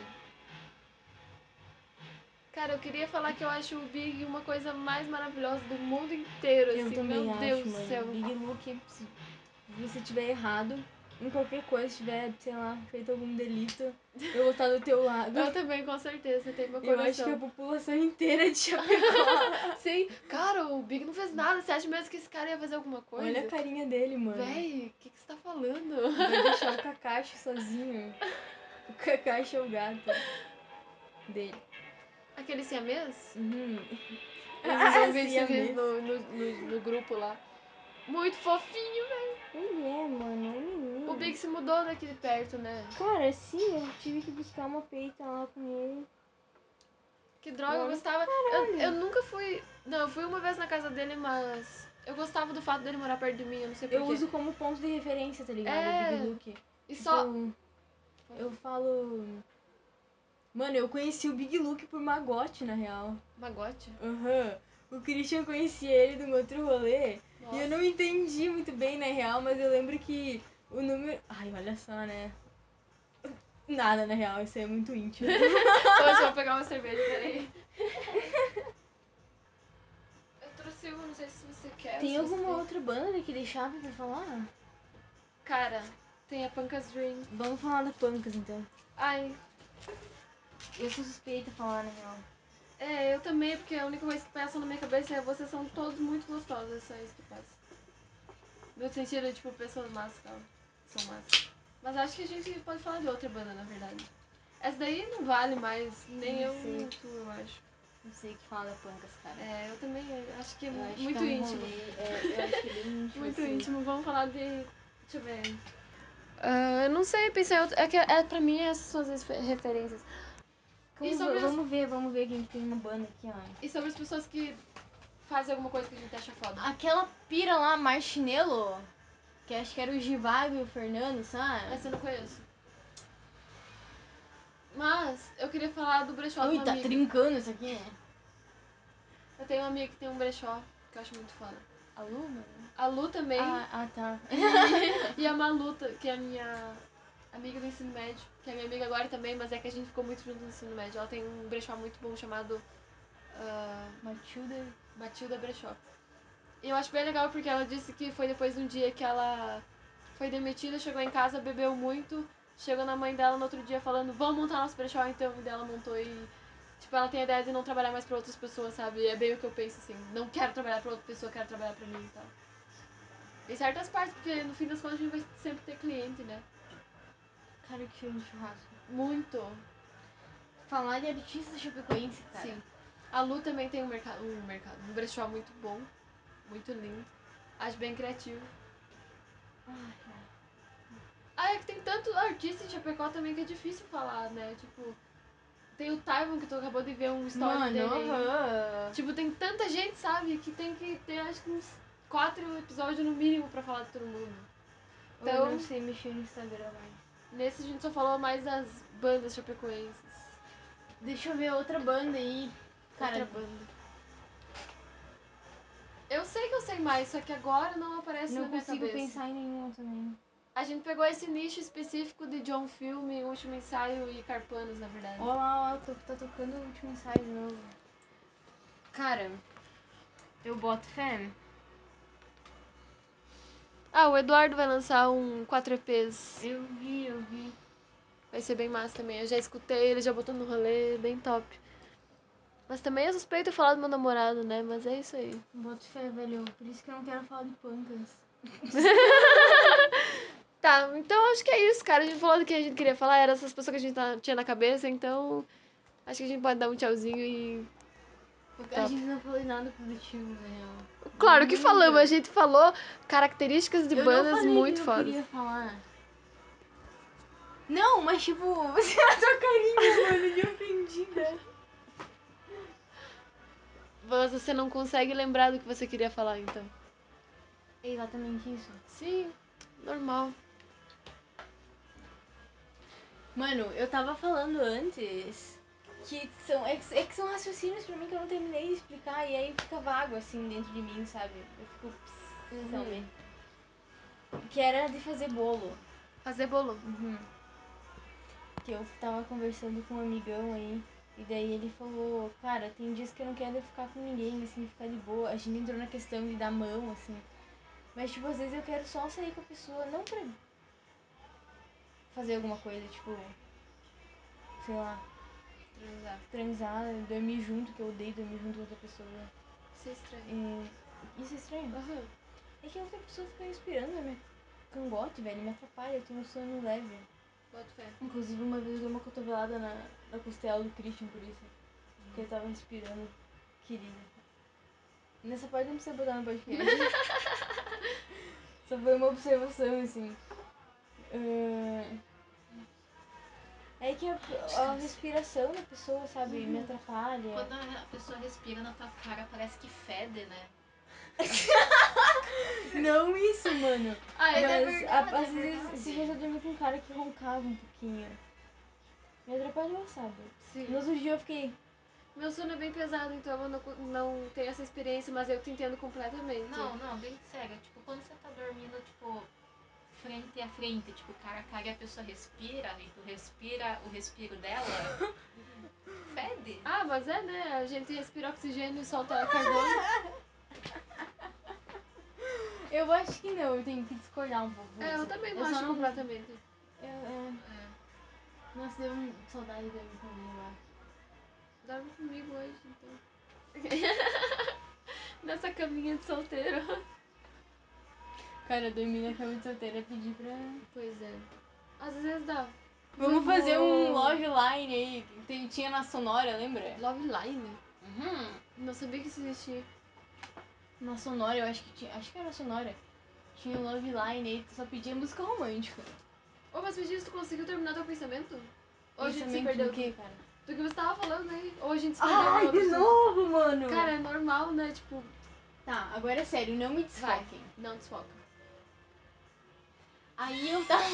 Cara, eu queria falar que eu acho o Big uma coisa mais maravilhosa do mundo inteiro, Eu assim. também Meu acho, Deus do mano. céu. Big Look, se você tiver errado em qualquer coisa, se tiver, sei lá, feito algum delito, eu vou estar do teu lado. Eu também, com certeza, tem meu Eu coração. acho que a população inteira de Chapecó. Sim, cara, o Big não fez nada. Você acha mesmo que esse cara ia fazer alguma coisa? Olha a carinha dele, mano. Véi, o que você tá falando? Vai deixar o Kakashi sozinho. O Kakashi é o gato dele. Aquele siamês? Uhum. Ele mandou um vídeo siamês. no grupo lá. Muito fofinho, velho. Ele é, mano, é menino. O Big se mudou daqui de perto, né? Cara, sim, eu tive que buscar uma peita lá com ele. Que droga, eu Olha, gostava. Eu nunca fui. Não, eu fui uma vez na casa dele, mas eu gostava do fato dele morar perto de mim, eu não sei porquê. Eu uso como ponto de referência, tá ligado? É. O Big Look. E Tipo, só. eu falo. Mano, eu conheci o Big Look por Magote, na real. Magote? Aham. O Christian conhecia ele de um outro rolê. Nossa. E eu não entendi muito bem, na real, mas eu lembro que o número. Ai, olha só, né? Nada, na real, isso aí é muito íntimo. Hoje eu vou pegar uma cerveja, peraí. Eu trouxe uma, não sei se você quer. Tem se você alguma outra banda que deixava pra falar? Cara, tem a Pancas Dream. Vamos falar da Pancas, então. Ai, Eu sou suspeita a falar, na real. eu também, porque a única coisa que passa na minha cabeça é vocês são todos muito gostosos, é só isso que passa. No sentido, tipo, pessoas massas, tal. São massas. Mas acho que a gente pode falar de outra banda, na verdade. Essa daí não vale mais, nem Não eu sei. nem tu, eu acho. Não sei o que fala da Pancas, cara. Eu também acho que é Eu acho muito que é um íntimo. rolê, eu acho que é bem íntimo. Muito assim. íntimo. Vamos falar de. Deixa eu ver. Eu não sei, pensei. Pra mim, essas são as referências. E sobre Vamos ver quem que tem uma banda aqui, ó. E sobre as pessoas que fazem alguma coisa que a gente acha foda. Aquela pira lá, Marchinelo, que acho que era o Givago e o Fernando, sabe? Essa eu não conheço. Mas eu queria falar do brechó de Ui, uma tá amiga. trincando isso aqui, né? Eu tenho uma amiga que tem um brechó, que eu acho muito foda. A Lu, mano? A Lu também. Tá. E a Malu, que é a minha amiga do ensino médio. Que é minha amiga agora também, mas é que a gente ficou muito junto no ensino médio. Ela tem um brechó muito bom chamado Matilda Brechó. E eu acho bem legal porque ela disse que foi depois de um dia que ela foi demitida, chegou em casa, bebeu muito, chegou na mãe dela no outro dia falando, vamos montar nosso brechó, então, e dela montou e... Tipo, ela tem a ideia de não trabalhar mais pra outras pessoas, sabe? E é bem o que eu penso, assim, não quero trabalhar pra outra pessoa, quero trabalhar pra mim e tal. Em certas partes, porque no fim das contas a gente vai sempre ter cliente, né? Cara, que cheiro de churrasco. Muito. Falar de artista chapecoense, cara. Sim. A Lu também tem um brechó muito bom, muito lindo. Acho bem criativo. É que tem tanto artista em Chapecó também que é difícil falar, né? Tipo, tem o Taiwan que tu acabou de ver um story dele aí. Tipo, tem tanta gente, sabe? Que tem que ter acho que uns 4 episódios no mínimo pra falar de todo mundo. Eu Então, não sei mexer no Instagram mais. nesse a gente só falou mais das bandas chapecoenses. Deixa eu ver outra banda aí. Cara, Outra banda. Eu sei que eu sei mais, só que agora não aparece não na minha consigo cabeça. pensar em nenhuma também. A gente pegou esse nicho específico de John Filme, Último Ensaio e Carpanos, na verdade. Olha lá, tá tocando o último ensaio de novo. Cara, eu boto fé. Ah, o Eduardo vai lançar um 4 EPs. Eu vi. Vai ser bem massa também. Eu já escutei, ele já botou no rolê, bem top. Mas também é suspeito falar do meu namorado, né? Mas é isso aí. Boto fé, velho. Por isso que eu não quero falar de pancas. Tá, então acho que é isso, cara. A gente falou do que a gente queria falar, eram essas pessoas que a gente tinha na cabeça, então acho que a gente pode dar um tchauzinho e. A gente não falou nada produtivo, na real. Claro que falamos, a gente falou características de Eu bandas não falei muito que eu fodas. queria falar. Não, mas tipo, você na tua carinha, mano, de ofendida. Mas você não consegue lembrar do que você queria falar, então. É exatamente isso. Sim, normal. Mano, eu tava falando antes que que são raciocínios pra mim que eu não terminei de explicar e aí fica vago assim dentro de mim, sabe? Eu fico. Sabe? Que era de fazer bolo. Fazer bolo. Que eu tava conversando com um amigão aí. E daí ele falou, cara, tem dias que eu não quero ficar com ninguém, assim, ficar de boa. A gente entrou na questão de dar mão, assim. Mas, tipo, às vezes eu quero só sair com a pessoa, não pra fazer alguma coisa, tipo, sei lá, transar, dormir junto, que eu odeio dormir junto com outra pessoa. Isso é estranho. Isso é estranho. Aham. É que a outra pessoa fica respirando na minha cangote, velho, me atrapalha, eu tenho um sono leve. Boto fé. Inclusive, uma vez eu dei uma cotovelada na costela do Christian por isso. Porque ele tava respirando, querido. Nessa parte não precisa botar no podcast. Só foi uma observação, assim. É que a respiração da pessoa, sabe, me atrapalha. Quando a pessoa respira na tua cara, parece que fede, né? Não isso, mano. Ah, é Mas verdade, às é vezes, verdade. esses dias eu dormi com um cara que roncava um pouquinho. Me atrapalhou, sabe? Sim. No outro dia eu fiquei. Meu sono é bem pesado, então eu não tenho essa experiência, mas eu te entendo completamente. Não, bem sério. Tipo, quando você tá dormindo, tipo, frente a frente, tipo, cara a cara e a pessoa respira, e tu respira o respiro dela, fede. Ah, mas é, né? A gente respira oxigênio e solta carbono. Eu acho que não, eu tenho que discordar um pouco. É, eu disso. também não só acho completamente. Nossa, deu saudade de dormir com alguém, eu acho. Dorme comigo hoje, então. Nessa caminha de solteiro. Cara, dormir na cama de solteira é pedir pra. Pois é. Às vezes dá. Vamos fazer um love line aí. Que tinha na Sonora, lembra? Love Line? Uhum. Não sabia que isso existia. Na Sonora, eu acho que tinha. Acho que era na Sonora. Tinha um love line aí, tu só pedia música romântica. Ô, mas me diz, tu conseguiu terminar teu pensamento? Ou a gente se Pensamento perdeu? do quê, cara? Do que você tava falando aí? Ou a gente se perdeu Ai, no outro de assunto? novo, mano! Cara, é normal, né? Tipo, Tá, agora é sério, não me vai, desfoquem. não desfoca. Aí eu tava.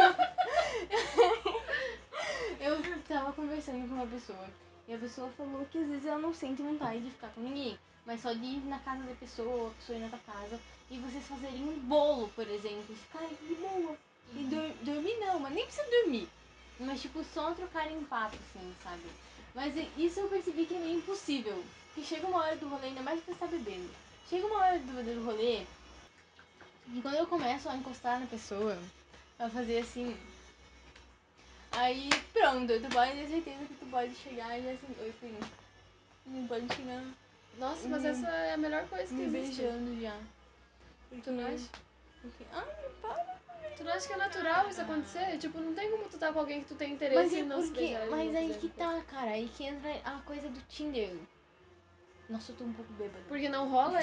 Eu tava conversando com uma pessoa. E a pessoa falou que às vezes ela não sente vontade de ficar com ninguém. Mas só de ir na casa da pessoa, ou a pessoa ir na tua casa. E vocês fazerem um bolo, por exemplo. E ficarem de boa. E dormir não, mas nem precisa dormir. Mas tipo, só trocarem papo, assim, sabe? Mas isso eu percebi que é meio impossível. Porque chega uma hora do rolê, ainda mais que você tá bebendo. Chega uma hora do rolê. E quando eu começo a encostar na pessoa, a fazer assim. Aí pronto, tu pode ter certeza que tu pode chegar e assim, oi, filho. Não pode chegar Nossa, mas essa é a melhor coisa que me existe. beijando já. Porque, Tu não acha? Porque, ai, para. Tu não acha que é natural isso acontecer? Tipo, não tem como tu tá com alguém que tu tem Mas interesse é e não se porque. beijar. e Mas não aí fizer que coisa. tá, cara. Aí que entra a coisa do Tinder. Nossa, eu tô um pouco bêbada. Porque não rola.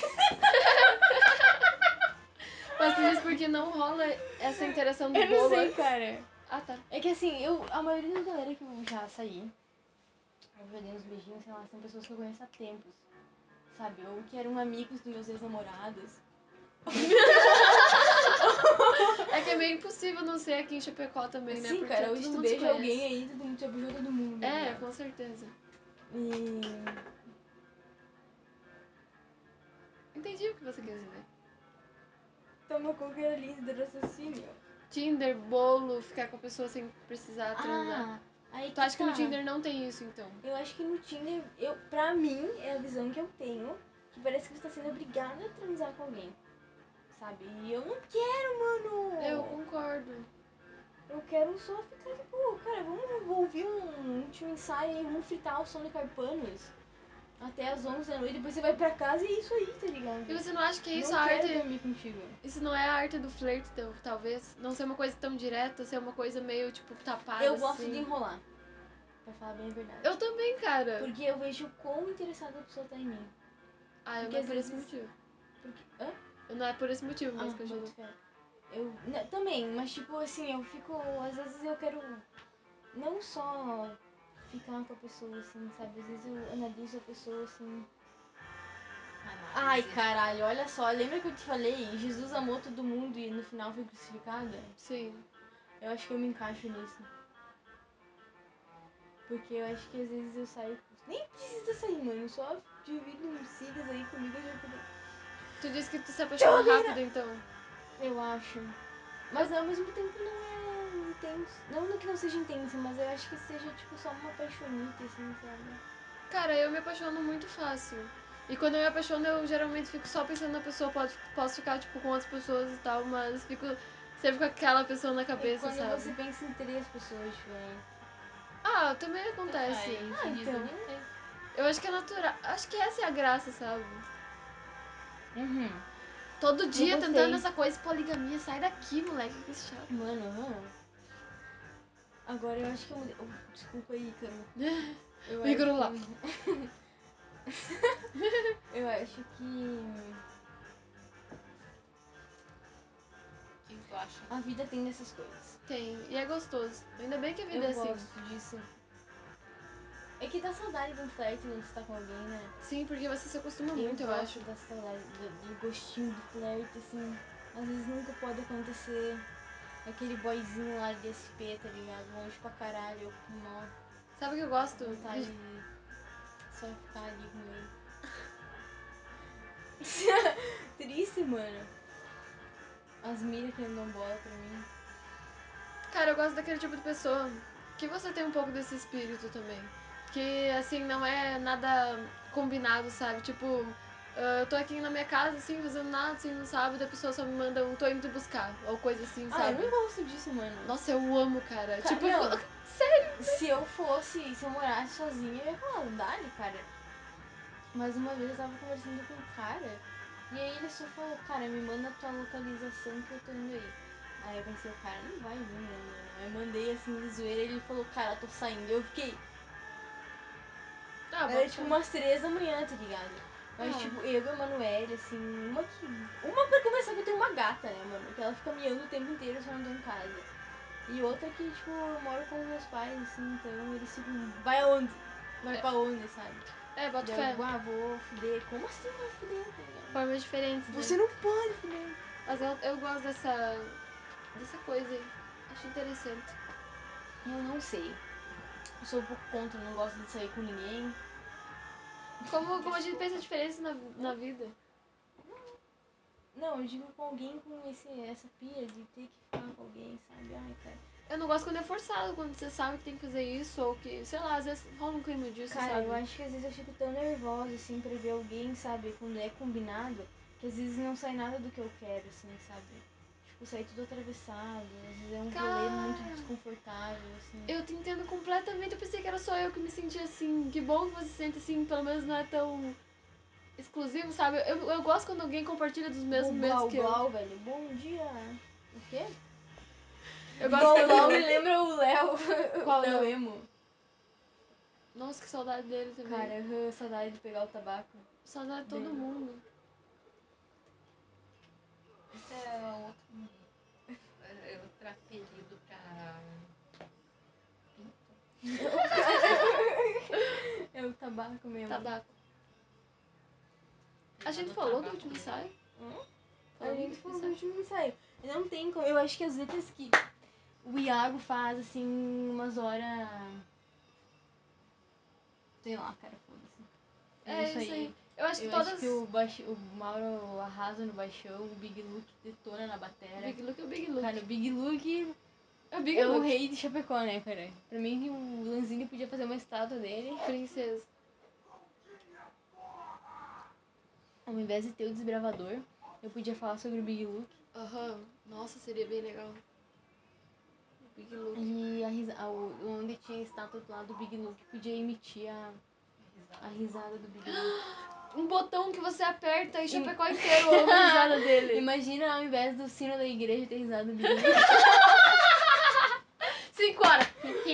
Mas tu diz porque não rola essa interação do Eu bolo não sei, antes? cara. Ah, tá. É que assim, a maioria das galera que eu já saí, eu já dei uns beijinhos, sei lá, são pessoas que eu conheço há tempos. Sabe? Ou que eram amigos dos meus ex-namorados. É que é meio impossível não ser aqui em Chapecó também, né? Sim, Porque cara, todo hoje tu mundo se beija conhece. alguém aí, todo mundo já beijou todo mundo. É, né? com certeza. E. Entendi o que você quer dizer. Toma qualquer linha de raciocínio. Tinder, bolo, ficar com a pessoa sem precisar transar. Aí Tu acha que no tá. Tinder não tem isso, então? Eu acho que no Tinder, pra mim, é a visão que eu tenho, que parece que você tá sendo obrigada a transar com alguém. Sabe? E eu não quero, mano! Eu concordo. Eu quero só ficar tipo, cara, vamos ouvir um último ensaio aí, vamos fritar o som de Carpanos até as 11 da noite, depois você vai pra casa e é isso aí, tá ligado? E você não acha que isso não a quero arte... dormir contigo. Isso não é a arte do flerte, talvez? Não ser uma coisa tão direta, ser uma coisa meio, tipo, tapada, Eu gosto assim. de enrolar, pra falar bem a verdade. Eu também, cara. Porque eu vejo quão interessada a pessoa tá em mim. Ah, eu Porque não é às por esse vezes- motivo. Porque... Hã? Eu não é por esse motivo, mas continua. boto fé. Eu também, mas tipo assim, eu fico. Às vezes eu quero não só ficar com a pessoa, assim, sabe? Às vezes eu analiso a pessoa assim. Ai, caralho, olha só, lembra que eu te falei? Jesus amou todo mundo e no final foi crucificada? Sim. Eu acho que eu me encaixo nisso. Porque eu acho que às vezes eu saio. Nem precisa sair, mano. Só divido uns sigas aí comigo eu já tô. Tu disse que tu se apaixona Tchau, rápido, então. Eu acho. Mas ao mesmo tempo não é intenso. Não que não seja intenso, mas eu acho que seja tipo só uma paixonite, assim, sabe? Cara, eu me apaixono muito fácil. E quando eu me apaixono, eu geralmente fico só pensando na pessoa. Posso ficar, tipo, com outras pessoas e tal, mas fico sempre com aquela pessoa na E cabeça, quando sabe? você pensa em 3 pessoas diferentes. Ah, também acontece. Então. Eu acho que é natural. Acho que essa é a graça, sabe? Uhum. Todo dia gostei. tentando essa coisa de poligamia. Sai daqui, moleque, que chato. Mano, agora eu acho que eu mudei. Desculpa aí, Ícaro. Eu Ícaro acho lá. que... eu acho que O que tu acha? a vida tem dessas coisas. Tem, e é gostoso. Ainda bem que a vida Eu é assim. gosto disso. É que dá saudade de um flerte quando você tá com alguém, né? Sim, porque você se acostuma muito, eu acho. gosto da saudade, do gostinho do flerte, assim. Às vezes nunca pode acontecer. Aquele boyzinho lá de SP, tá ligado? Longe pra caralho. Eu com nó. Sabe o que eu gosto? Vontade de só ficar ali com ele. Triste, mano. As miras que não bola pra mim. Cara, eu gosto daquele tipo de pessoa que você tem um pouco desse espírito também. Que, assim, não é nada combinado, sabe? Tipo, eu tô aqui na minha casa, assim, fazendo nada, assim, no sábado, a pessoa só me manda um tô indo te buscar, ou coisa assim, Ah, eu sabe? não gosto disso, mano. Nossa, eu amo, cara. Tipo, não. sério? Se eu morasse sozinha, eu ia falar, dale, cara. Mas uma vez eu tava conversando com um cara, e aí ele só falou, cara, me manda a tua localização que eu tô indo aí. Aí eu pensei, o cara não vai vir, né, mano? Aí eu mandei assim de zoeira e ele falou, cara, tô saindo. Eu fiquei. Ah, Era bota tipo fé. umas 3 da manhã, tá ligado? Mas Ah. tipo, eu e a Manoel, assim, Uma pra começar que eu tenho uma gata, né, mano? Que ela fica miando o tempo inteiro se eu não tô em casa. E outra que, tipo, eu moro com meus pais, assim, então eles ficam. Vai aonde? Vai pra onde, sabe? Bota Daí fé. eu, vou fuder. Como assim vai fuder, tá ligado? Formas diferentes, Você né? não pode fuder. Mas eu gosto dessa coisa aí. Acho interessante. Eu não sei. Eu sou um pouco contra, não gosto de sair com ninguém. Como a gente pensa diferença na vida. Não, eu digo com alguém com essa pira de ter que ficar com alguém, sabe? Ai, cara. Eu não gosto quando é forçado, quando você sabe que tem que fazer isso, ou que, sei lá, às vezes rola um clima disso, Cara, sabe? eu acho que às vezes eu fico tão nervosa, assim, pra ver alguém, sabe? Quando é combinado, que às vezes não sai nada do que eu quero, assim, sabe? Tipo, sai tudo atravessado, às vezes é um rolê muito Cara, desconfortável, assim. eu te entendo completamente. Eu pensei que era só eu que me sentia assim. Que bom que você se sente assim, pelo menos não é tão exclusivo, sabe? Eu gosto quando alguém compartilha dos mesmos medos Blau, que eu. Blau, velho. Bom dia. O quê? Eu gosto Blau, Blau me quando. lembra o Léo. Qual O Léo Léo? Emo. Nossa, que saudade dele também. Cara, saudade de pegar o tabaco. Saudade de todo Dele. mundo. Esse é outro apelido pra pinto. É o tabaco mesmo. Tabaco. A Pegar gente no falou do tabaco último dele. ensaio? A Falou do gente último falou no ensaio? último ensaio. Não tem como. Eu acho que as letras que o Iago faz, assim, umas horas. Sei lá, cara, foda-se. É isso aí. Eu acho que Eu todas... acho que o Mauro arrasa no baixão, o Big Luke detona na bateria. Big Look é o Big Look. Cara, o Big Luke É o Big é o Look. rei de Chapecó, né, cara? Pra mim, o Lanzini podia fazer uma estátua dele. Princesa. Ao invés de ter o desbravador, eu podia falar sobre o Big Luke. Aham. Nossa, seria bem legal. O Big Look. E onde tinha a estátua do lado do Big Luke, podia emitir a risada do Big Luke. Um botão que você aperta e Chapecó inteiro ouve a risada dele. Imagina ao invés do sino da igreja ter risada do Big Luke. 5 horas.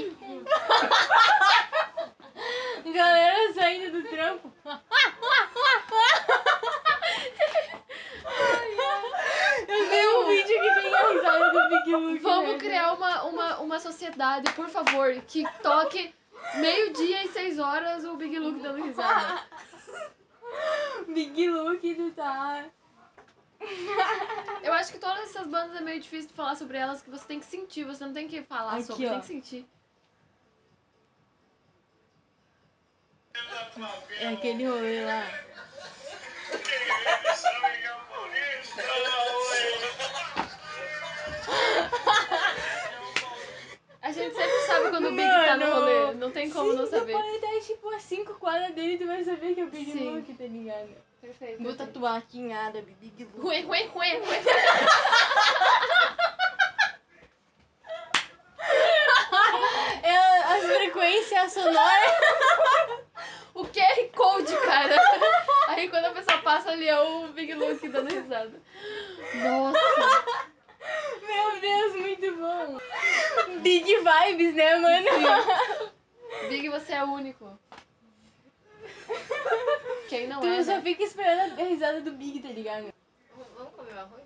Galera saindo do trampo. Eu vi um vídeo que tem a risada do Big Luke. Vamos criar uma sociedade, por favor, que toque 12:00 e 6 horas o Big Luke dando risada. Big Luke do tá. Eu acho que todas essas bandas é meio difícil de falar sobre elas, que você tem que sentir, você não tem que falar Aqui, sobre, ó. tem que sentir. É aquele rolê lá. A gente sempre sabe quando o Big tá no rolê, não tem como não saber. Tu pode estar tipo a 5 quadras dele e tu vai saber que é o Big Sim. Luke, tá ligado? Perfeito. Vou tatuar aqui em árabe, Big Luke. Ruê, ruê, ruê, ruê. É as frequências sonoras. O QR Code, cara. Aí quando a pessoa passa ali é o Big Luke dando risada. Nossa. Meu Deus, muito bom. Big vibes, né, mano? Big, você é único. Quem não Tu é, só né? fica esperando a risada do Big, tá ligado? Vamos comer o arroz?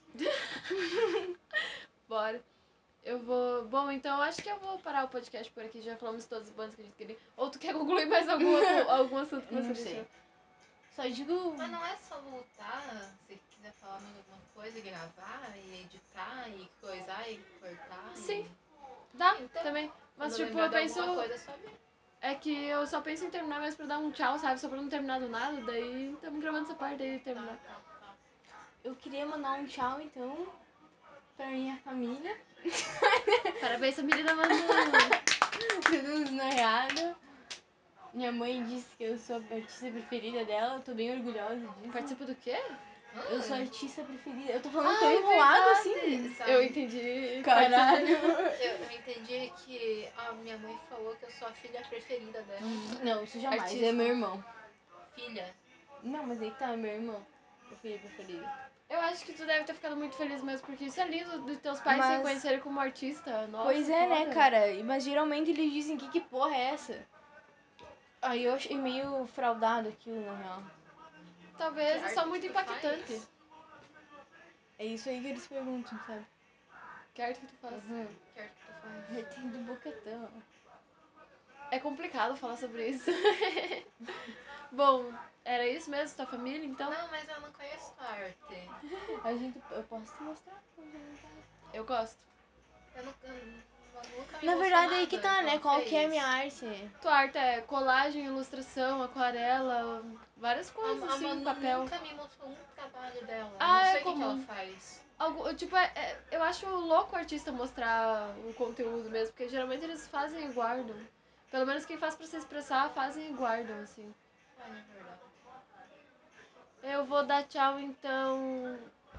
Bora. Eu vou... Bom, então eu acho que eu vou parar o podcast por aqui. Já falamos todas as bandas que a gente queria. Ou tu quer concluir mais algum assunto que você Não deixou? sei. Só digo... Mas não é só voltar, se quiser falar mais alguma coisa, gravar e editar e coisar e cortar. Sim. Dá, Então, também. Mas quando tipo, lembrar eu de penso... alguma coisa, é só vir. É que eu só penso em terminar mais pra dar um tchau, sabe? Só pra não terminar do nada. Daí estamos gravando essa parte aí e terminar. Tá. Eu queria mandar um tchau, então, pra minha família. Parabéns, família da Manu. Todos noiados. Minha mãe disse que eu sou a artista preferida dela. Eu tô bem orgulhosa disso. Participa do quê? Eu sou a artista preferida. Eu tô falando Ah, tão é enrolado verdade. assim. Sabe? Eu entendi. Caralho. Eu entendi que a minha mãe falou que eu sou a filha preferida dela. Não, isso jamais. Artista. É meu irmão. Filha. Não, mas aí que tá, é meu irmão. Meu filho preferido. Eu acho que tu deve ter ficado muito feliz mesmo, porque isso é lindo dos teus pais Mas- se conhecerem como artista. Nossa, Pois é, né, foda. cara? Mas geralmente eles dizem que porra é essa? Aí eu achei meio fraudado aquilo, na real. Talvez Que é só arte muito que tu impactante. faz? É isso aí que eles perguntam, sabe? Que arte que tu faz? Que arte que tu faz? Tem do bocatão. É complicado falar sobre isso. Bom, era isso mesmo, tua família, então? Não, mas eu não conheço a arte. Eu posso te mostrar. Eu gosto. Eu nunca me Na mostrou verdade, aí que nada tá, que né? ela Qual que é a fez. minha arte? Tua arte é colagem, ilustração, aquarela, várias A coisas assim, Manu papel. nunca me mostrou um trabalho dela. Ah, Eu não é sei o que ela comum. faz. Tipo, eu acho louco o artista mostrar o conteúdo mesmo, porque geralmente eles fazem e guardam. Pelo menos quem faz pra se expressar, fazem e guardam, assim. Ai, é verdade. Eu vou dar tchau, então...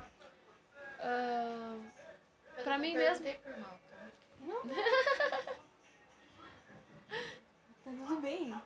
Mas Pra eu mim perguntei por mal, tá? Tá tudo bem.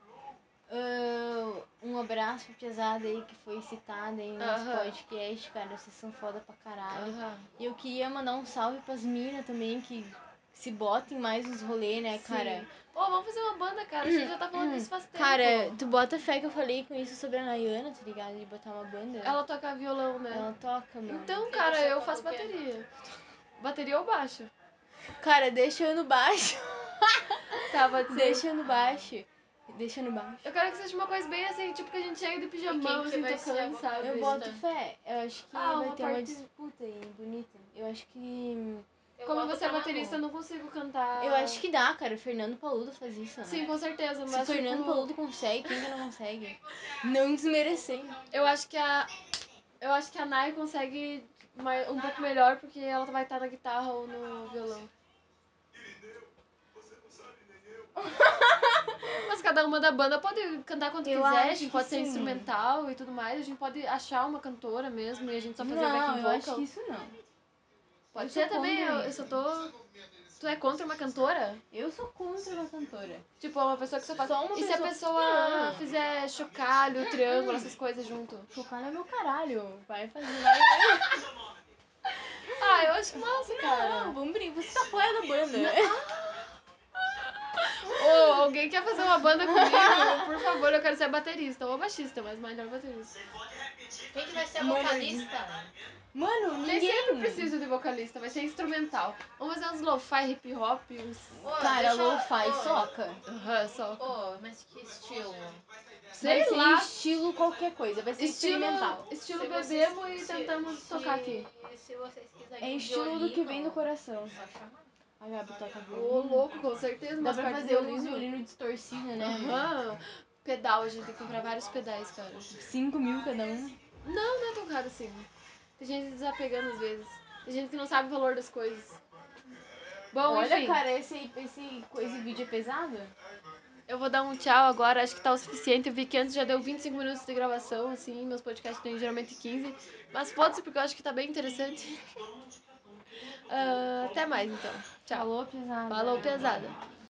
Um abraço pra pesada aí que foi citada aí no nosso podcast, cara. Vocês são foda pra caralho. E eu queria mandar um salve pras minas também, que se botem mais nos rolês, né, cara? Ô, vamos fazer uma banda, cara. A gente já tá falando disso faz tempo. Cara, tu bota fé que eu falei com isso sobre a Nayana, tá ligado? De botar uma banda. Ela toca violão, né? Ela toca, mano. Então, E cara, você eu toca faço o quê? bateria. Bateria ou baixo? Cara, deixa eu no baixo. Tá, pode ser. Deixa eu no baixo. Deixa no baixo. Eu quero que seja uma coisa bem assim, tipo que a gente chega de pijamão, que assim, vai ser a tocando, sabe? Eu vocalista? boto fé. Eu acho que Ah, vai uma ter uma parte- disputa aí, bonita. Eu acho que Como boto você é pra baterista, eu mamão. não consigo cantar. Eu acho que dá, cara. O Fernando Paludo faz isso, né? Sim, com certeza, Se o mas Fernando tipo, Paludo consegue, quem que não consegue? Não desmerecendo. eu acho que a Nai consegue um pouco melhor porque ela vai estar na guitarra ou no violão. Mas cada uma da banda pode cantar quanto Eu quiser, a acho gente que pode ser sim. instrumental e tudo mais, a gente pode achar uma cantora mesmo e a gente só fazer backing Não, vocal. eu acho que isso não. Pode eu ser sou também, contra eu isso. só tô... Tu é contra uma cantora? Eu sou contra uma cantora. Tipo, uma pessoa que só faz... Só uma E se a pessoa- pessoa Não. fizer chocalho, triângulo, essas coisas junto? Chocar não é meu caralho. Vai fazer. Ah, eu acho massa, cara. Não, vamos brincar. Você tá fora da banda. Ou alguém quer fazer uma banda comigo, por favor, eu quero ser baterista ou baixista, mas melhor baterista. Quem que vai ser a Mano, vocalista? Mano, Nem ninguém. sempre preciso de vocalista, vai ser instrumental. Vamos fazer uns lo-fi, hip hop, uns... Ô, Cara, deixa eu- lo-fi, ô, soca. Aham, só. Ô, mas que estilo? Sei Vai ser lá. estilo qualquer coisa, vai ser experimental. Estilo Se vocês- bebemos e se- tentamos se- tocar aqui. Se vocês quiserem É um estilo do que vem do violino, coração. só chamar. A Gabi toca Ô, violino. louco, com certeza. Dá umas pra partes de fazer uns violinos distorcidos, né? Aham. Pedal, a gente tem que comprar vários pedais, cara. 5.000 cada um. Não é tão caro assim. Tem gente desapegando às vezes. Tem gente que não sabe o valor das coisas. Bom, Olha, enfim. cara, esse vídeo é pesado? Eu vou dar um tchau agora, acho que tá o suficiente. Eu vi que antes já deu 25 minutos de gravação, assim, meus podcasts têm geralmente 15. Mas foda-se, porque eu acho que tá bem interessante. Até mais, então. Tchau. Falou, pesado. Falou, pesada.